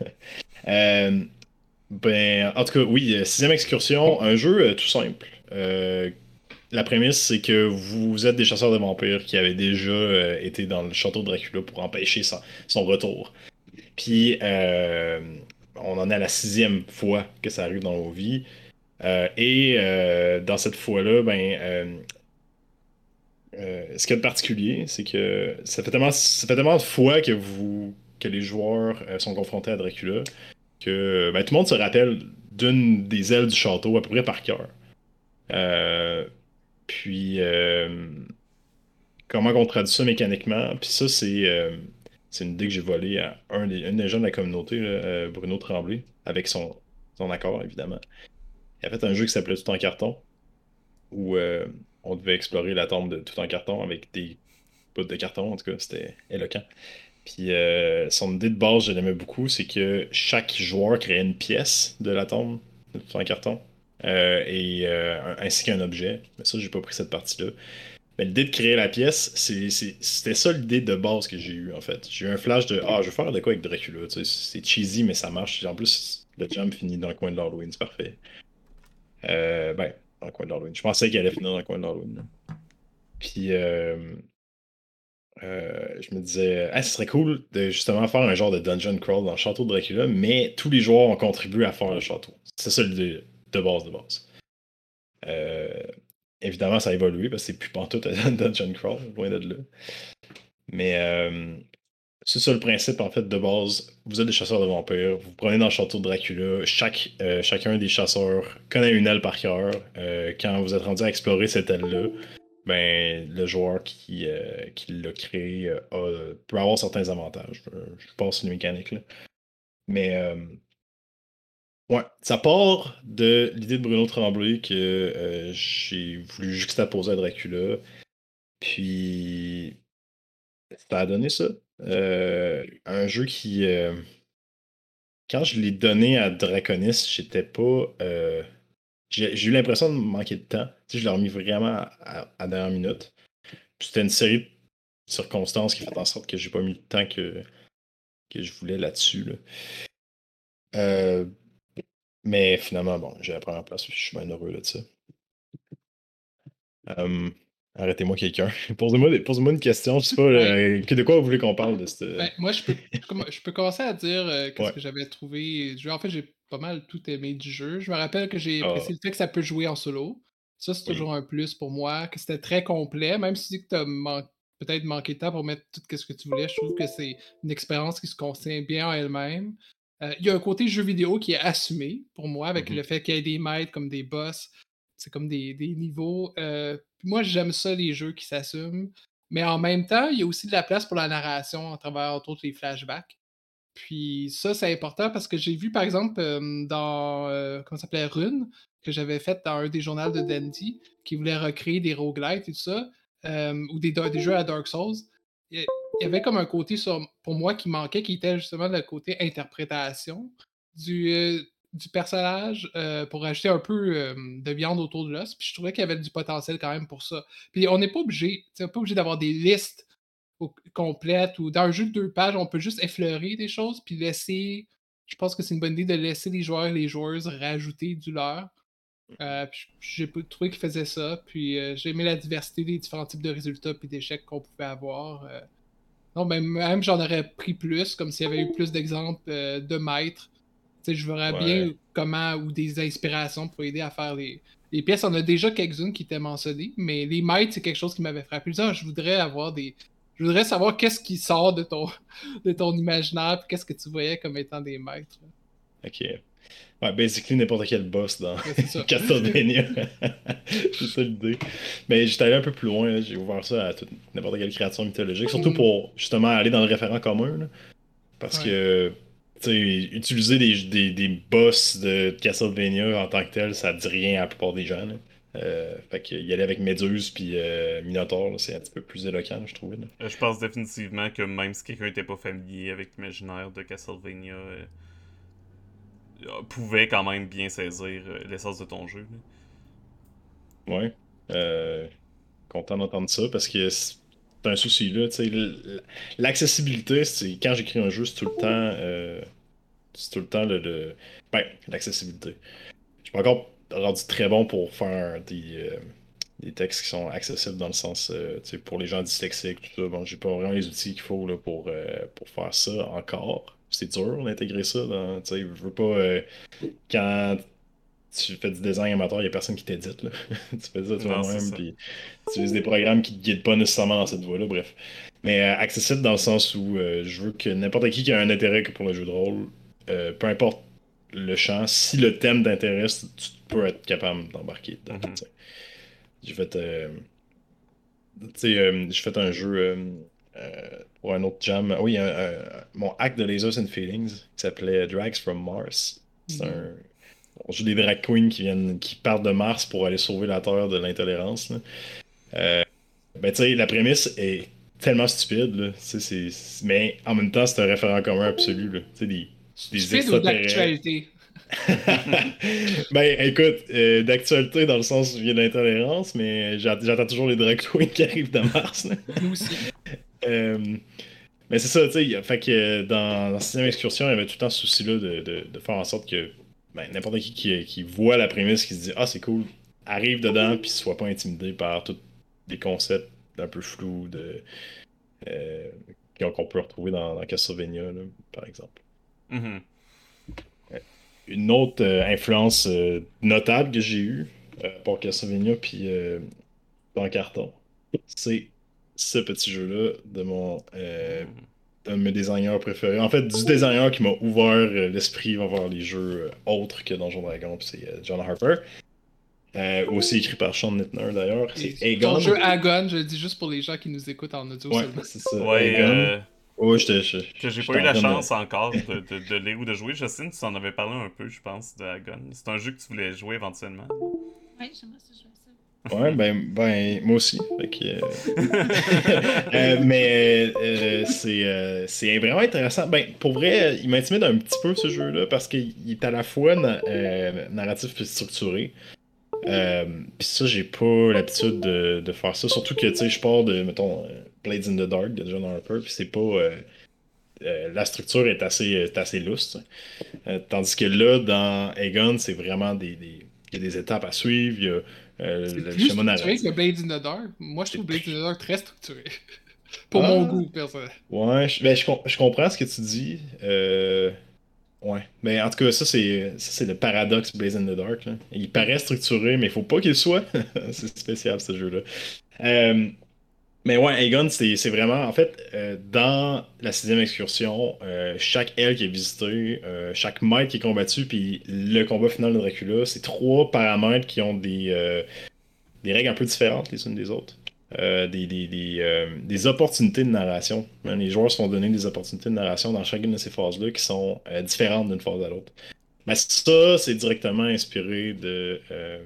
[SPEAKER 5] euh, ben, en tout cas, oui, sixième excursion, un jeu euh, tout simple. Euh, la prémisse, c'est que vous êtes des chasseurs de vampires qui avaient déjà euh, été dans le château de Dracula pour empêcher son, son retour. Puis, euh, on en est à la sixième fois que ça arrive dans vos vies. Euh, et euh, dans cette fois-là, ben, euh, euh, ce qu'il y a de particulier, c'est que ça fait tellement, ça fait tellement de fois que, vous, que les joueurs euh, sont confrontés à Dracula que ben, tout le monde se rappelle d'une des ailes du château à peu près par cœur. Euh, puis, euh, comment on traduit ça mécaniquement? Puis ça, c'est euh, c'est une idée que j'ai volée à un des, une des gens de la communauté, là, euh, Bruno Tremblay, avec son, son accord, évidemment. Il a fait un jeu qui s'appelait Tout en carton, où euh, on devait explorer la tombe de Tout en carton avec des bouts de carton, en tout cas, c'était éloquent. Puis euh, son idée de base, je l'aimais beaucoup, c'est que chaque joueur créait une pièce de la tombe de Tout en carton, euh, et, euh, ainsi qu'un objet. Mais ça, j'ai pas pris cette partie-là. Mais l'idée de créer la pièce, c'est, c'est- c'était ça l'idée de base que j'ai eue, en fait. J'ai eu un flash de Ah, je vais faire de quoi avec Dracula. Tu sais, c'est cheesy, mais ça marche. En plus, le jam finit dans le coin de l'Halloween, c'est parfait. Euh, ben, dans le coin de l'Halloween. Je pensais qu'il allait finir dans le coin de l'Halloween, là. Puis, euh, euh, je me disais, ah, ce serait cool de justement faire un genre de dungeon crawl dans le château de Dracula, mais tous les joueurs ont contribué à faire le château. C'est ça l'idée de base de base. Euh, Évidemment, ça a évolué parce que c'est plus pantoute un dungeon crawl, loin de là. Mais euh, c'est ça le principe en fait de base. Vous êtes des chasseurs de vampires, vous prenez dans le château de Dracula. Chaque, euh, chacun des chasseurs connaît une aile par cœur. Euh, quand vous êtes rendu à explorer cette aile-là, ben le joueur qui, euh, qui l'a créé euh, a- peut avoir certains avantages. Je, je passe une mécanique là. Mais euh, ouais, ça part de l'idée de Bruno Tremblay que euh, j'ai voulu juxtaposer à Dracula. Puis ça a donné ça. Euh, un jeu qui, euh, quand je l'ai donné à Draconis, j'étais pas. euh, j'ai j'ai eu l'impression de manquer de temps. Tu sais, je l'ai remis vraiment à, à, à dernière minute. Puis c'était une série de circonstances qui fait en sorte que j'ai pas mis le temps que, que je voulais là-dessus, là. Euh, mais finalement, bon, j'ai la première place, puis je suis bien heureux là, de ça. Euh, Arrêtez-moi quelqu'un. Posez-moi des- posez-moi une question. Je sais pas euh, que- de quoi vous voulez qu'on parle de cette.
[SPEAKER 4] Ben, moi, je peux, comm- je peux commencer à dire euh, qu'est-ce
[SPEAKER 5] Ouais.
[SPEAKER 4] que j'avais trouvé du jeu. En fait, j'ai pas mal tout aimé du jeu. Je me rappelle que j'ai
[SPEAKER 5] Ah,
[SPEAKER 4] apprécié le fait que ça peut jouer en solo. Ça, c'est
[SPEAKER 5] oui.
[SPEAKER 4] toujours un plus pour moi, que c'était très complet, même si tu as peut-être manqué de temps pour mettre tout ce que tu voulais. Je trouve que c'est une expérience qui se contient bien en elle-même. Euh, Il y a un côté jeu vidéo qui est assumé pour moi, avec
[SPEAKER 5] Mhm.
[SPEAKER 4] le fait qu'il y ait des maîtres comme des boss, c'est comme des, des niveaux. Euh, puis moi, j'aime ça, les jeux qui s'assument. Mais en même temps, il y a aussi de la place pour la narration à travers, entre autres, les flashbacks. Puis ça, c'est important parce que j'ai vu, par exemple, euh, dans, euh, comment ça s'appelait, Rune, que j'avais fait dans un des journaux de Dandy, qui voulait recréer des roguelites et tout ça, euh, ou des, des jeux à Dark Souls. Il y il y avait comme un côté sur, pour moi qui manquait, qui était justement le côté interprétation du, euh, du personnage euh, pour ajouter un peu euh, de viande autour de l'os. Puis je trouvais qu'il y avait du potentiel quand même pour ça. Puis on n'est pas obligé, tu sais, on n'est pas obligé d'avoir des listes au- complètes ou dans un jeu de deux pages, on peut juste effleurer des choses puis laisser. Je pense que c'est une bonne idée de laisser les joueurs et les joueuses rajouter du leur. Euh, puis j'ai pas trouvé qu'ils faisaient ça. Puis euh, j'ai aimé la diversité des différents types de résultats puis d'échecs qu'on pouvait avoir. Euh, non, ben, même j'en aurais pris plus, comme s'il y avait eu plus d'exemples euh, de maîtres. Tu sais, je verrais bien
[SPEAKER 5] Ouais.
[SPEAKER 4] comment, ou des inspirations pour aider à faire les, les pièces. On a déjà quelques-unes qui étaient mentionnées, mais les maîtres, c'est quelque chose qui m'avait frappé. Je, disais, ah, je voudrais avoir des. Je voudrais savoir qu'est-ce qui sort de ton, de ton imaginaire, puis qu'est-ce que tu voyais comme étant des maîtres.
[SPEAKER 5] Ok. Ouais, basically n'importe quel boss dans
[SPEAKER 4] Ouais, c'est ça.
[SPEAKER 5] Castlevania. C'est ça l'idée. Mais j'étais allé un peu plus loin, là. J'ai ouvert ça à toute- n'importe quelle créature mythologique, surtout
[SPEAKER 4] Mm.
[SPEAKER 5] pour justement aller dans le référent commun, là. Parce
[SPEAKER 4] Ouais.
[SPEAKER 5] que, tu sais, utiliser des, des, des boss de Castlevania en tant que tel, ça dit rien à la plupart des gens, là. Euh, fait qu'y aller avec Méduse puis euh, Minotaur, là, c'est un petit peu plus éloquent, je trouvais, là.
[SPEAKER 1] Euh, Je pense définitivement que même si quelqu'un n'était pas familier avec l'imaginaire de Castlevania, euh, euh, pouvait quand même bien saisir euh, l'essence de ton jeu, là.
[SPEAKER 5] Ouais. Euh, Content d'entendre ça parce que c'est un souci là. Tu sais, l- l'accessibilité, c'est quand j'écris un jeu, c'est tout le temps, euh, c'est tout le temps le, le- ben, l'accessibilité. Je suis pas encore rendu très bon pour faire des, euh, des textes qui sont accessibles dans le sens, euh, tu sais, pour les gens dyslexiques, tout ça. Bon, j'ai pas vraiment les outils qu'il faut là, pour, euh, pour faire ça encore. C'est dur d'intégrer ça dans, tu sais, je veux pas euh, quand tu fais du design amateur, il n'y a personne qui t'édite, là. Tu fais ça
[SPEAKER 1] Non, c'est
[SPEAKER 5] toi-même,
[SPEAKER 1] ça.
[SPEAKER 5] puis tu utilises des programmes qui ne te guident pas nécessairement dans cette voie-là, bref. Mais euh, accessible dans le sens où euh, je veux que n'importe qui qui a un intérêt que pour le jeu de rôle, euh, peu importe le champ. Si le thème t'intéresse, tu peux être capable d'embarquer dedans.
[SPEAKER 1] Mhm.
[SPEAKER 5] t'sais. J'ai fait, euh, tu sais, euh, j'ai fait un jeu euh, euh, pour un autre jam. Oui, un- un- mon hack de Lasers and Feelings qui s'appelait Drags from Mars. C'est
[SPEAKER 4] Mhm.
[SPEAKER 5] un. On joue des drag queens qui viennent, qui partent de Mars pour aller sauver la Terre de l'intolérance. là. Euh, ben, tu sais, la prémisse est tellement stupide, là. Tu sais, c'est- c'est- mais en même temps, c'est un référent commun absolu, là. Tu sais, des, des
[SPEAKER 4] Stupide ou de
[SPEAKER 5] extraterrestres.
[SPEAKER 4] l'actualité?
[SPEAKER 5] Ben, écoute, euh, d'actualité dans le sens où il y a de l'intolérance, mais j'a- j'attends toujours les drag queens qui arrivent de Mars. là.
[SPEAKER 4] Nous aussi.
[SPEAKER 5] Euh, mais c'est ça, tu sais, il y a- fait que euh, dans la sixième excursion, il y avait tout le temps ce souci-là de, de- de faire en sorte que ben, n'importe qui, qui qui voit la prémisse, qui se dit ah c'est cool, arrive dedans puis soit pas intimidé par tous les concepts un peu flous de euh, qu'on qu'on peut retrouver dans, dans Castlevania, là, par exemple.
[SPEAKER 1] Mhm.
[SPEAKER 5] Une autre euh, influence euh, notable que j'ai eue euh, pour Castlevania puis euh, dans le carton, c'est ce petit jeu-là de mon euh, un de mes designers préférés. En fait, du designer qui m'a ouvert euh, l'esprit vers les jeux euh, autres que Donjon Dragon, puis c'est euh, John Harper. Euh, aussi écrit par Sean Nittner d'ailleurs. C'est
[SPEAKER 4] Et ton
[SPEAKER 5] Aegon.
[SPEAKER 4] jeu Agon, je le dis juste pour les gens qui nous écoutent en audio
[SPEAKER 5] Ouais,
[SPEAKER 4] seulement.
[SPEAKER 5] c'est ça.
[SPEAKER 1] Ouais,
[SPEAKER 5] Aegon.
[SPEAKER 1] euh,
[SPEAKER 5] Ouais, j'étais. je-
[SPEAKER 1] que j'ai
[SPEAKER 5] j'étais
[SPEAKER 1] pas eu
[SPEAKER 5] en
[SPEAKER 1] la
[SPEAKER 5] train de-
[SPEAKER 1] chance encore de, de, de lire ou de jouer. Justine, tu en avais parlé un peu, je pense, de Agon. C'est un jeu que tu voulais jouer éventuellement.
[SPEAKER 2] Ouais, j'aimerais ça jouer à ça.
[SPEAKER 5] Ouais, ben, ben, moi aussi. Fait que, euh, euh, mais euh, c'est euh, c'est vraiment intéressant. Ben, pour vrai, il m'intimide un petit peu ce jeu-là parce qu'il est à la fois na- euh, narratif et structuré. Euh, Puis ça, j'ai pas l'habitude de, de faire ça. Surtout que, tu sais, je pars de, mettons, euh, Blades in the Dark de John Harper, puis c'est pas. euh, euh, la structure est assez, est assez lousse. Euh, tandis que là, dans Aegon, c'est vraiment des, des, il y a des étapes à suivre. Il y a euh,
[SPEAKER 4] C'est
[SPEAKER 5] le
[SPEAKER 4] plus
[SPEAKER 5] schéma
[SPEAKER 4] structuré
[SPEAKER 5] narratif.
[SPEAKER 4] que Blades in the Dark. Moi, je
[SPEAKER 5] C'est
[SPEAKER 4] trouve Blades in
[SPEAKER 5] plus-
[SPEAKER 4] the Dark très structuré. Pour
[SPEAKER 5] Ah,
[SPEAKER 4] mon goût, personnel.
[SPEAKER 5] ouais, je, ben, je, com- je comprends ce que tu dis. Euh, ouais. Mais en tout cas, ça, c'est ça, c'est le paradoxe Blaze in the Dark. là. Il paraît structuré, mais il faut pas qu'il le soit. C'est spécial, ce jeu-là. Euh, mais ouais, Aegon, c'est c'est vraiment. En fait, euh, dans la sixième excursion, euh, chaque aile qui est visitée, euh, chaque maître qui est combattu, puis le combat final de Dracula, c'est trois paramètres qui ont des, euh, des règles un peu différentes les unes des autres. Euh, des, des, des, euh, des opportunités de narration. Hein, les joueurs se font donner des opportunités de narration dans chacune de ces phases-là qui sont euh, différentes d'une phase à l'autre. Mais ça, c'est directement inspiré de, euh,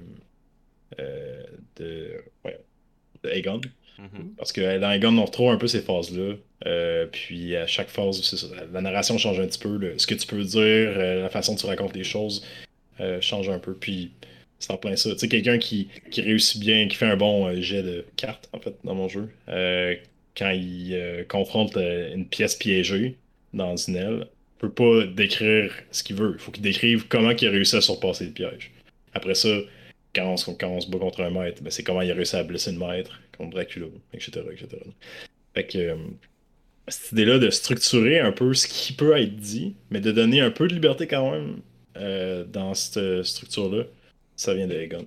[SPEAKER 5] euh, de, ouais, de Aegon.
[SPEAKER 1] Mhm.
[SPEAKER 5] Parce que dans Aegon, on retrouve un peu ces phases-là. Euh, puis à chaque phase, c'est ça, la narration change un petit peu. le- ce que tu peux dire, euh, la façon dont tu racontes les choses euh, change un peu. Puis c'est en plein ça. Tu sais, quelqu'un qui, qui réussit bien, qui fait un bon euh, jet de cartes, en fait, dans mon jeu, euh, quand il euh, confronte euh, une pièce piégée dans une aile, peut pas décrire ce qu'il veut. Il faut qu'il décrive comment il a réussi à surpasser le piège. Après ça, quand on, se- quand on se bat contre un maître, ben, c'est comment il a réussi à blesser le maître contre Dracula, et cetera, et cetera. Fait que euh, cette idée-là de structurer un peu ce qui peut être dit, mais de donner un peu de liberté quand même euh, dans cette structure-là, ça vient de Egon.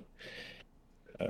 [SPEAKER 5] Euh,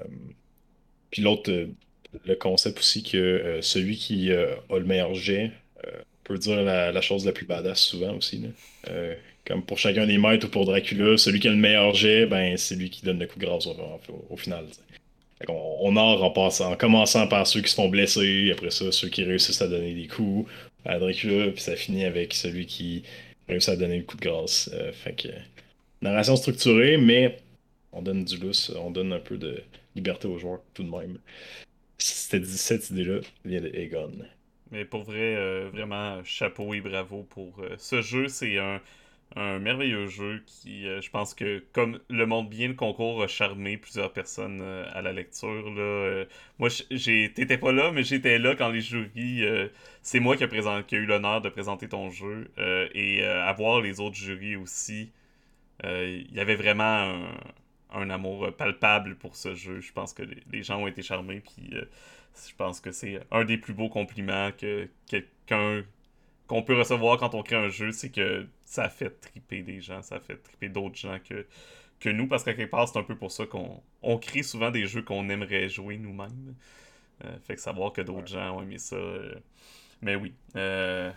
[SPEAKER 5] Puis l'autre, euh, le concept aussi que euh, celui qui euh, a le meilleur jet euh, peut dire la, la chose la plus badass souvent aussi. Là. Euh, comme pour chacun des maîtres ou pour Dracula, celui qui a le meilleur jet, ben, c'est lui qui donne le coup de grâce au, au- au final. t'sais. Fait qu'on- on art en passant, en commençant par ceux qui se font blesser, après ça, ceux qui réussissent à donner des coups à Dracula, puis ça finit avec celui qui réussit à donner le coup de grâce. Euh, fait que, narration structurée, mais on donne du lousse, on donne un peu de liberté aux joueurs tout de même. Cette, cette idée-là vient de Aegon.
[SPEAKER 1] Mais pour vrai, euh, vraiment, chapeau et bravo pour euh, ce jeu. C'est un, un merveilleux jeu qui, euh, je pense que, comme le montre bien le concours, a charmé plusieurs personnes euh, à la lecture. Là. Euh, moi, j- j'ai, t'étais pas là, mais j'étais là quand les jurys. Euh, c'est moi qui a, présent- qui a eu l'honneur de présenter ton jeu. Euh, et euh, à voir les autres jurys aussi. Euh, Il y avait vraiment un, un amour palpable pour ce jeu. Je pense que les, les gens ont été charmés. Puis euh, je pense que c'est un des plus beaux compliments que quelqu'un qu'on peut recevoir quand on crée un jeu, c'est que ça fait triper des gens, ça fait triper d'autres gens que, que nous, parce qu'à quelque part, c'est un peu pour ça qu'on on crée souvent des jeux qu'on aimerait jouer nous-mêmes. Euh, fait que savoir que d'autres gens ont aimé ça. euh, Mais oui. Euh,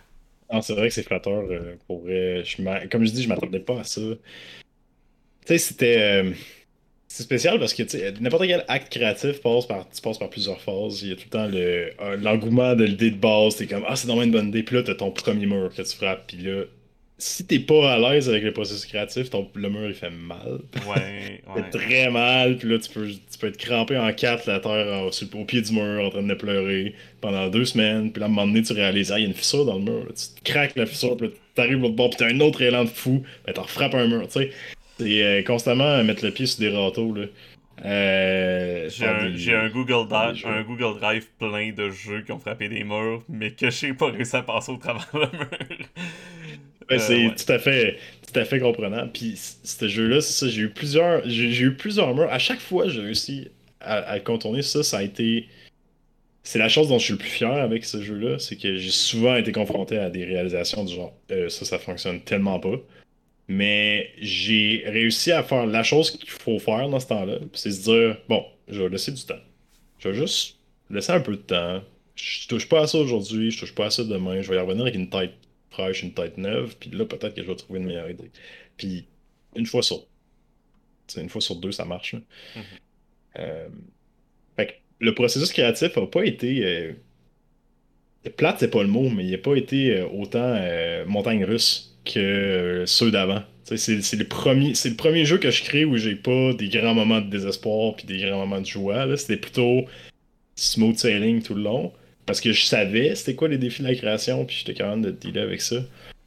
[SPEAKER 5] Non, c'est vrai que c'est flatteur. euh, pour vrai. Je m'a- comme je dis, je m'attendais pas à ça. Tu sais, c'était. euh, C'est spécial parce que tu sais, n'importe quel acte créatif passe par, tu passes par plusieurs phases. Il y a tout le temps le, euh, l'engouement de l'idée de base. T'es comme, ah, c'est vraiment une bonne idée. Puis là, t'as ton premier mur que tu frappes. Puis là, si t'es pas à l'aise avec le processus créatif, ton, le mur il fait mal.
[SPEAKER 1] Ouais,
[SPEAKER 5] Il
[SPEAKER 1] ouais.
[SPEAKER 5] fait très mal. Puis là, tu peux, tu peux être crampé en quatre, la terre en- sur le- au pied du mur, en train de pleurer pendant deux semaines. Puis là, à un moment donné, tu réalises, ah, il y a une fissure dans le mur. Là. Tu te craques la fissure. Puis là, t'arrives de l'autre bord. Puis t'as un autre élan de fou. Ben, t'en frappes un mur. Tu sais, c'est euh, constamment mettre le pied sur des râteaux. Là. Euh,
[SPEAKER 1] J'ai
[SPEAKER 5] faire
[SPEAKER 1] un, j'ai
[SPEAKER 5] des,
[SPEAKER 1] un Google
[SPEAKER 5] faire des
[SPEAKER 1] Drive,
[SPEAKER 5] jeux.
[SPEAKER 1] un Google Drive plein de jeux qui ont frappé des murs, mais que j'ai pas réussi à passer au travers le mur.
[SPEAKER 5] Ouais,
[SPEAKER 1] Euh,
[SPEAKER 5] c'est
[SPEAKER 1] ouais.
[SPEAKER 5] tout à fait, tout à fait comprenable. Puis c- ce jeu-là, c'est ça, j'ai eu plusieurs, j'ai j'ai eu plusieurs murs. À chaque fois, j'ai réussi à, à le contourner. Ça, ça a été, c'est la chose dont je suis le plus fier avec ce jeu-là, c'est que j'ai souvent été confronté à des réalisations du genre, euh, ça, ça fonctionne tellement pas. Mais j'ai réussi à faire la chose qu'il faut faire dans ce temps-là. Puis c'est se dire, bon, je vais laisser du temps. Je vais juste laisser un peu de temps. Je touche pas à ça aujourd'hui, je touche pas à ça demain. Je vais y revenir avec une tête fraîche, une tête neuve, puis là, peut-être que je vais trouver une meilleure idée. Puis, une fois sur, tu sais, une fois sur deux, ça marche. Là.
[SPEAKER 1] Mhm.
[SPEAKER 5] Euh, fait que le processus créatif a pas été. euh, plate, c'est pas le mot, mais il a pas été euh, autant euh, montagne russe que euh, ceux d'avant. Tu sais, C'est c'est le premier, c'est le premier jeu que je crée où j'ai pas des grands moments de désespoir puis des grands moments de joie. Là. C'était plutôt smooth sailing tout le long. Parce que je savais c'était quoi les défis de la création, puis j'étais capable de dealer avec ça.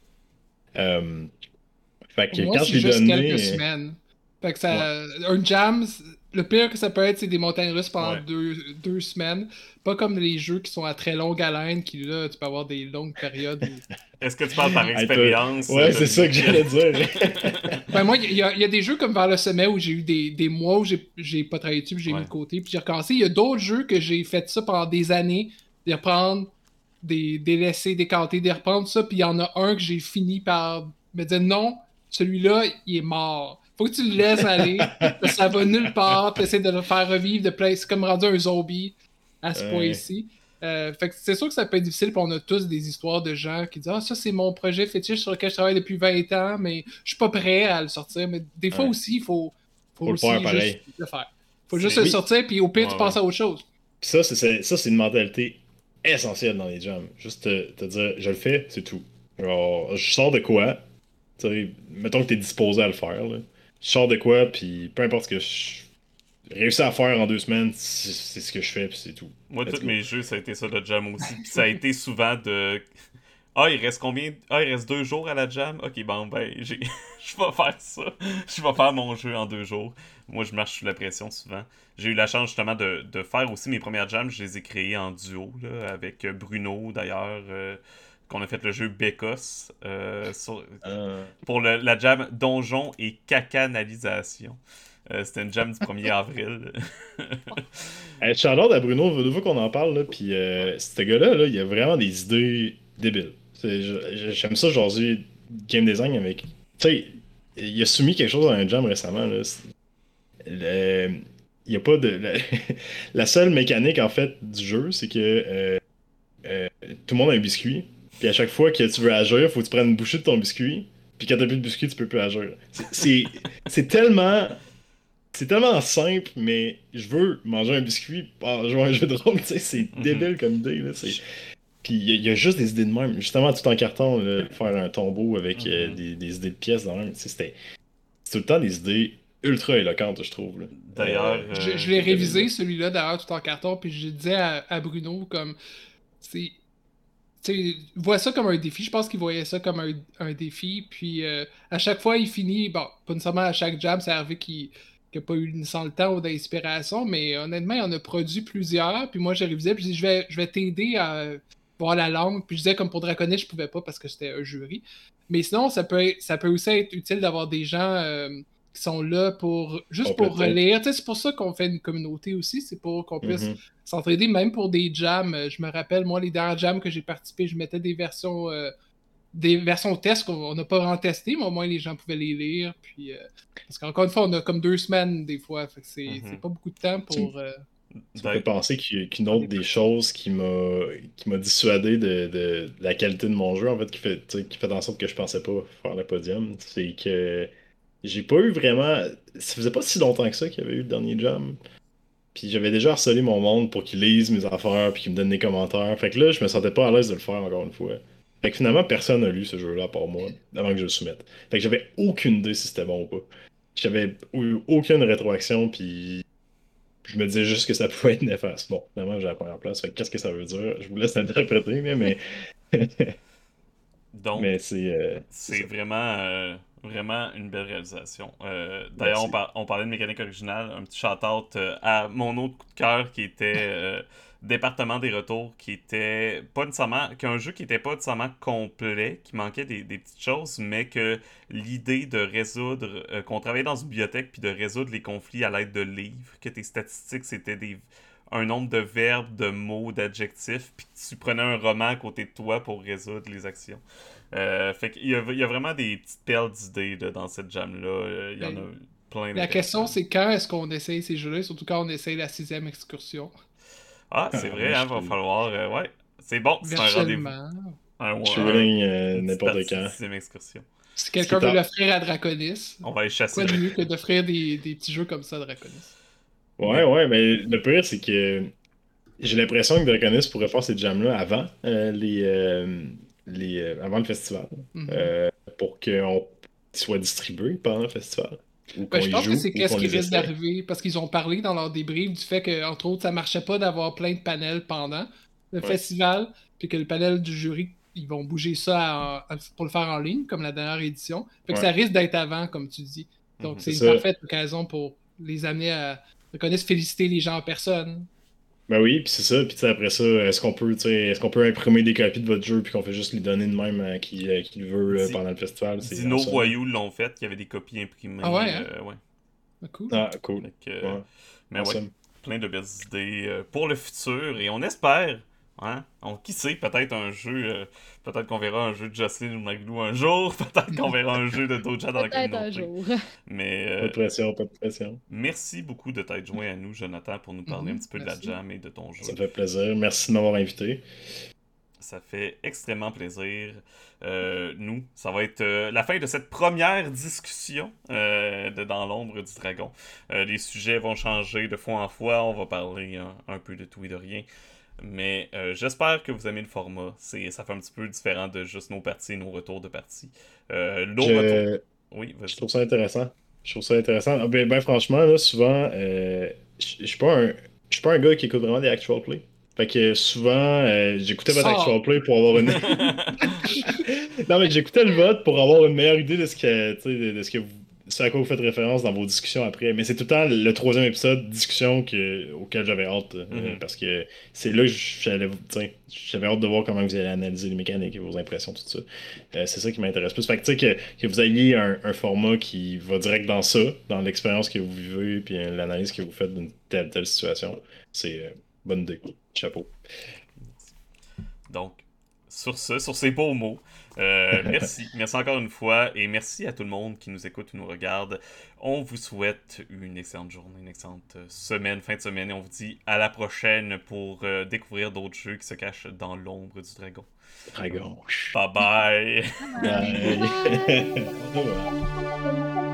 [SPEAKER 5] Euh, fait
[SPEAKER 4] Pour
[SPEAKER 5] que
[SPEAKER 4] moi,
[SPEAKER 5] quand je
[SPEAKER 4] c'est
[SPEAKER 5] l'ai
[SPEAKER 4] juste quelques
[SPEAKER 5] donné.
[SPEAKER 4] semaines. Fait que
[SPEAKER 5] euh, Ouais.
[SPEAKER 4] ça, un jam, c- le pire que ça peut être, c'est des montagnes russes pendant
[SPEAKER 1] Ouais.
[SPEAKER 4] deux, deux semaines. Pas comme les jeux qui sont à très longue haleine, qui là, tu peux avoir des longues périodes où.
[SPEAKER 1] Est-ce que tu parles par
[SPEAKER 5] Hey, toi-
[SPEAKER 1] expérience, euh,
[SPEAKER 5] Ouais, c'est ça que
[SPEAKER 1] Dominique?
[SPEAKER 5] j'allais dire.
[SPEAKER 4] Ben moi, il y, a il y a des jeux comme Vers le sommet où j'ai eu des, des mois où j'ai j'ai pas travaillé dessus, puis j'ai mis
[SPEAKER 1] Ouais.
[SPEAKER 4] de côté, puis j'ai recommencé. Il y a d'autres jeux que j'ai fait ça pendant des années, de reprendre, des, des laisser décanter, de reprendre ça, puis il y en a un que j'ai fini par me dire non, celui-là, il est mort. Faut que tu le laisses aller, parce que ça va nulle part, tu essaies de le faire revivre, de plein, c'est comme rendu un zombie à ce
[SPEAKER 5] Ouais.
[SPEAKER 4] point-ci. Euh, fait que c'est sûr que ça peut être difficile, puis on a tous des histoires de gens qui disent ah, ça c'est mon projet fétiche sur lequel je travaille depuis vingt ans, mais je suis pas prêt à le sortir. Mais des fois
[SPEAKER 5] Ouais.
[SPEAKER 4] aussi, il faut, faut
[SPEAKER 5] Faut le faire
[SPEAKER 4] aussi juste
[SPEAKER 5] pareil.
[SPEAKER 4] le faire. Faut juste
[SPEAKER 1] C'est...
[SPEAKER 4] le
[SPEAKER 5] Oui.
[SPEAKER 4] sortir, puis au pire, tu
[SPEAKER 1] Ouais, ouais.
[SPEAKER 4] passes à autre chose.
[SPEAKER 5] Puis ça, c'est c'est- ça, c'est une mentalité essentielle dans les jams. Juste te, te dire, je le fais, c'est tout. Genre, je sors de quoi, tu sais, mettons que t'es disposé à le faire, là. Je sors de quoi, puis peu importe ce que je réussis à faire en deux semaines, c'est c'est ce que je fais, puis c'est tout.
[SPEAKER 1] Moi,
[SPEAKER 5] Let's
[SPEAKER 1] tous
[SPEAKER 5] go.
[SPEAKER 1] mes jeux, ça a été ça, le jam aussi. Puis ça a été souvent de... Ah, il reste combien? Ah, il reste deux jours à la jam? Ok, bon, ben, j'ai... je vais faire ça. Je vais faire mon jeu en deux jours. Moi, je marche sous la pression souvent. J'ai eu la chance, justement, de, de faire aussi mes premières jams. Je les ai créées en duo, là, avec Bruno, d'ailleurs, euh, qu'on a fait le jeu Bécosse, euh, sur-
[SPEAKER 5] Euh,
[SPEAKER 1] pour le- la jam Donjon et Cacanalisation. Euh, C'était une jam du premier avril.
[SPEAKER 5] hey, shout-out à Bruno, une fois qu'on en parle, là, puis euh, ce gars-là, là, il a vraiment des idées débiles. C'est- je- je- J'aime ça, genre, du game design avec. Tu sais, il a soumis quelque chose à un jam récemment, là. C'est- le- Il y a pas de. La... la seule mécanique, en fait, du jeu, c'est que euh, euh, tout le monde a un biscuit, puis à chaque fois que tu veux agir, faut que tu prennes une bouchée de ton biscuit, puis quand t'as plus de biscuit, tu peux plus agir. C'est c'est- c'est tellement. C'est tellement simple, mais je veux manger un biscuit en jouant à un jeu de rôle, tu sais, c'est
[SPEAKER 1] Mhm.
[SPEAKER 5] débile comme idée, là. c'est- Puis il y, a- il y a juste des idées de même. Justement, tout en carton, là, faire un tombeau avec euh,
[SPEAKER 1] Mhm.
[SPEAKER 5] des, des idées de pièces dans le même, tu sais, c'était c'est tout le temps des idées ultra éloquentes, je trouve. Là.
[SPEAKER 1] D'ailleurs,
[SPEAKER 5] Euh,
[SPEAKER 4] Je,
[SPEAKER 1] euh,
[SPEAKER 4] je l'ai
[SPEAKER 5] débile,
[SPEAKER 4] révisé,
[SPEAKER 5] là.
[SPEAKER 4] celui-là, d'ailleurs, tout en carton, puis je disais à, à Bruno, comme, c'est. Tu sais, vois ça comme un défi. Je pense qu'il voyait ça comme un, un défi. Puis euh, à chaque fois, il finit. Bon, pas nécessairement à chaque jam, c'est arrivé qu'il n'a pas eu nécessairement le temps ou d'inspiration, mais honnêtement, il en a produit plusieurs. Puis moi, j'ai révisé. Puis je dis, je vais, je vais t'aider à voir la langue. Puis je disais, comme pour Draconnet, je pouvais pas parce que c'était un jury. Mais sinon, ça peut, être- ça peut aussi être utile d'avoir des gens euh, qui sont là pour juste pour
[SPEAKER 5] Compléter.
[SPEAKER 4] relire. Tu sais, c'est pour ça qu'on fait une communauté aussi. C'est pour qu'on puisse
[SPEAKER 5] Mhm.
[SPEAKER 4] s'entraider, même pour des jams. Euh, Je me rappelle, moi, les dernières jams que j'ai participé, je mettais des versions euh, des versions test qu'on n'a pas vraiment testé, mais au moins les gens pouvaient les lire. Puis, euh, parce qu'encore une fois, on a comme deux semaines des fois. Fait que c'est
[SPEAKER 1] Mhm.
[SPEAKER 4] c'est pas beaucoup de temps pour. euh,
[SPEAKER 5] Ça me fait penser qu'il- qu'une autre des choses qui m'a qui m'a dissuadé de, de- de la qualité de mon jeu, en fait, qui fait, tu sais, qui fait en sorte que je pensais pas faire le podium, c'est que j'ai pas eu vraiment. Ça faisait pas si longtemps que ça qu'il y avait eu le dernier jam. Puis j'avais déjà harcelé mon monde pour qu'il lise mes affaires puis qu'il me donne des commentaires. Fait que là, je me sentais pas à l'aise de le faire encore une fois. Fait que finalement, personne n'a lu ce jeu-là à part moi, avant que je le soumette. Fait que j'avais aucune idée si c'était bon ou pas. J'avais eu aucune rétroaction, puis je me disais juste que ça pouvait être néfaste. Bon, finalement, j'ai la première place. Fait que qu'est-ce que ça veut dire? Je vous laisse interpréter, mais, mais,
[SPEAKER 1] Donc,
[SPEAKER 5] mais c'est euh, c'est
[SPEAKER 1] c'est
[SPEAKER 5] ça.
[SPEAKER 1] vraiment, euh, vraiment une belle réalisation. Euh, D'ailleurs, on,
[SPEAKER 5] Merci.
[SPEAKER 1] par- on parlait de mécanique originale, un petit shout-out euh, à mon autre coup de cœur qui était euh, Département des retours, qui était pas nécessairement, qu'un jeu qui était pas nécessairement complet, qui manquait des, des petites choses, mais que l'idée de résoudre, euh, qu'on travaillait dans une bibliothèque puis de résoudre les conflits à l'aide de livres, que tes statistiques c'était des un nombre de verbes, de mots, d'adjectifs, puis tu prenais un roman à côté de toi pour résoudre les actions. Euh, fait qu'il y a, il y a vraiment des petites perles d'idées là, dans cette jam-là. Euh, il y en a
[SPEAKER 4] Mais
[SPEAKER 1] plein
[SPEAKER 4] la question,
[SPEAKER 1] d'intéressantes.
[SPEAKER 4] c'est quand est-ce qu'on essaye ces jeux-là, surtout quand on essaye la sixième excursion.
[SPEAKER 1] Ah, c'est
[SPEAKER 5] Ah,
[SPEAKER 1] vrai,
[SPEAKER 5] moi, je
[SPEAKER 1] hein, va
[SPEAKER 5] suis,
[SPEAKER 1] falloir. Euh, ouais, c'est bon, c'est un rendez-vous.
[SPEAKER 4] Virtuellement.
[SPEAKER 1] Un,
[SPEAKER 5] je suis
[SPEAKER 1] un-
[SPEAKER 5] willing euh,
[SPEAKER 1] une petite
[SPEAKER 5] n'importe
[SPEAKER 1] partie de
[SPEAKER 5] quand.
[SPEAKER 1] sixième excursion.
[SPEAKER 4] Si
[SPEAKER 5] Ce qui
[SPEAKER 4] quelqu'un
[SPEAKER 5] est
[SPEAKER 4] veut
[SPEAKER 5] en-
[SPEAKER 4] l'offrir à Draconis,
[SPEAKER 1] On va aller chasser.
[SPEAKER 4] quoi de
[SPEAKER 1] le-
[SPEAKER 4] mieux que d'offrir des, des petits jeux comme ça à Draconis?
[SPEAKER 5] Ouais,
[SPEAKER 1] Mais
[SPEAKER 5] ouais, mais le pire, c'est que j'ai l'impression que Draconis pourrait faire ces jams-là avant euh, les, euh, les euh, avant le festival.
[SPEAKER 4] Mhm.
[SPEAKER 5] Euh, pour qu'on soit distribué pendant le festival. Ou
[SPEAKER 4] Ben,
[SPEAKER 5] qu'on
[SPEAKER 4] je
[SPEAKER 5] y
[SPEAKER 4] pense que
[SPEAKER 5] joue,
[SPEAKER 4] c'est
[SPEAKER 5] ou qu'on
[SPEAKER 4] qu'est-ce qui
[SPEAKER 5] les
[SPEAKER 4] risque
[SPEAKER 5] essaie.
[SPEAKER 4] d'arriver, parce qu'ils ont parlé dans leur débrief du fait que, entre autres, ça marchait pas d'avoir plein de panels pendant le
[SPEAKER 5] Ouais.
[SPEAKER 4] festival, puis que le panel du jury, ils vont bouger ça en- en- pour le faire en ligne, comme la dernière édition. Fait que
[SPEAKER 5] Ouais.
[SPEAKER 4] ça risque d'être avant, comme tu dis. Donc,
[SPEAKER 1] Mhm.
[SPEAKER 4] c'est
[SPEAKER 5] C'est
[SPEAKER 4] une
[SPEAKER 5] ça.
[SPEAKER 4] parfaite occasion pour les amener à reconnaître, féliciter les gens en personne.
[SPEAKER 5] Ben oui, puis c'est ça. Puis tu sais, après ça, est-ce qu'on peut, tu sais, est-ce qu'on peut imprimer des copies de votre jeu puis qu'on fait juste les donner de même à qui, à qui le veut euh,
[SPEAKER 1] Di-
[SPEAKER 5] pendant le festival? C'est
[SPEAKER 1] Dino
[SPEAKER 5] awesome.
[SPEAKER 1] Voyou l'ont fait, il y avait des copies imprimées.
[SPEAKER 4] Ah ouais, hein?
[SPEAKER 1] euh, ouais.
[SPEAKER 4] Ah, cool.
[SPEAKER 5] Ah, cool.
[SPEAKER 1] Fait que, euh,
[SPEAKER 5] Ouais,
[SPEAKER 1] mais ouais,
[SPEAKER 5] awesome.
[SPEAKER 1] plein de belles idées euh, pour le futur et on espère, hein, on, qui sait, peut-être un jeu, euh, peut-être qu'on verra un jeu de Jocelyn ou Maglou un jour, peut-être qu'on verra un jeu de d'autres gens dans la
[SPEAKER 3] Peut-être un
[SPEAKER 1] communauté.
[SPEAKER 3] jour.
[SPEAKER 1] Mais
[SPEAKER 5] Pas
[SPEAKER 1] euh,
[SPEAKER 5] de pression, pas de pression.
[SPEAKER 1] merci beaucoup de t'être joint à nous, Jonathan, pour nous parler un
[SPEAKER 4] Mhm,
[SPEAKER 1] petit peu de
[SPEAKER 4] merci.
[SPEAKER 1] la jam et de ton jeu.
[SPEAKER 5] Ça me fait plaisir. Merci de m'avoir invité.
[SPEAKER 1] Ça fait extrêmement plaisir. Euh, nous, ça va être euh, la fin de cette première discussion euh, de Dans l'ombre du dragon. Euh, les sujets vont changer de fois en fois. On va parler un, un peu de tout et de rien. Mais euh, j'espère que vous aimez le format. C'est, ça fait un petit peu différent de juste nos parties et nos retours de parties. Euh, nos retours.
[SPEAKER 5] Je,
[SPEAKER 1] Oui,
[SPEAKER 5] je
[SPEAKER 1] vas-y.
[SPEAKER 5] trouve ça intéressant. Je trouve ça intéressant. Ah, ben, ben, franchement, là, souvent, euh, je je suis pas un, je suis pas un gars qui écoute vraiment des actual play. Fait que souvent, euh, j'écoutais votre
[SPEAKER 4] Sors.
[SPEAKER 5] actual play pour avoir une. Non, mais j'écoutais le vote pour avoir une meilleure idée de ce que, tu sais, de, de ce que vous, ce à quoi vous faites référence dans vos discussions après. Mais c'est tout le temps le troisième épisode, discussion, que, auquel j'avais hâte. euh,
[SPEAKER 1] Mhm.
[SPEAKER 5] Parce que c'est là que j'allais, tu sais, j'avais hâte de voir comment vous allez analyser les mécaniques et vos impressions, tout ça. Euh, c'est ça qui m'intéresse plus. Fait que, tu sais, que, que vous ayez un, un format qui va direct dans ça, dans l'expérience que vous vivez, puis euh, l'analyse que vous faites d'une telle, telle situation, c'est euh, bonne idée. Chapeau.
[SPEAKER 1] Donc, sur ce, sur ces beaux mots, euh, merci. Merci encore une fois et merci à tout le monde qui nous écoute ou nous regarde. On vous souhaite une excellente journée, une excellente semaine, fin de semaine et on vous dit à la prochaine pour euh, découvrir d'autres jeux qui se cachent dans l'ombre du dragon.
[SPEAKER 5] Dragon.
[SPEAKER 1] Bye bye!
[SPEAKER 5] Bye.
[SPEAKER 3] Bye.
[SPEAKER 5] Bye.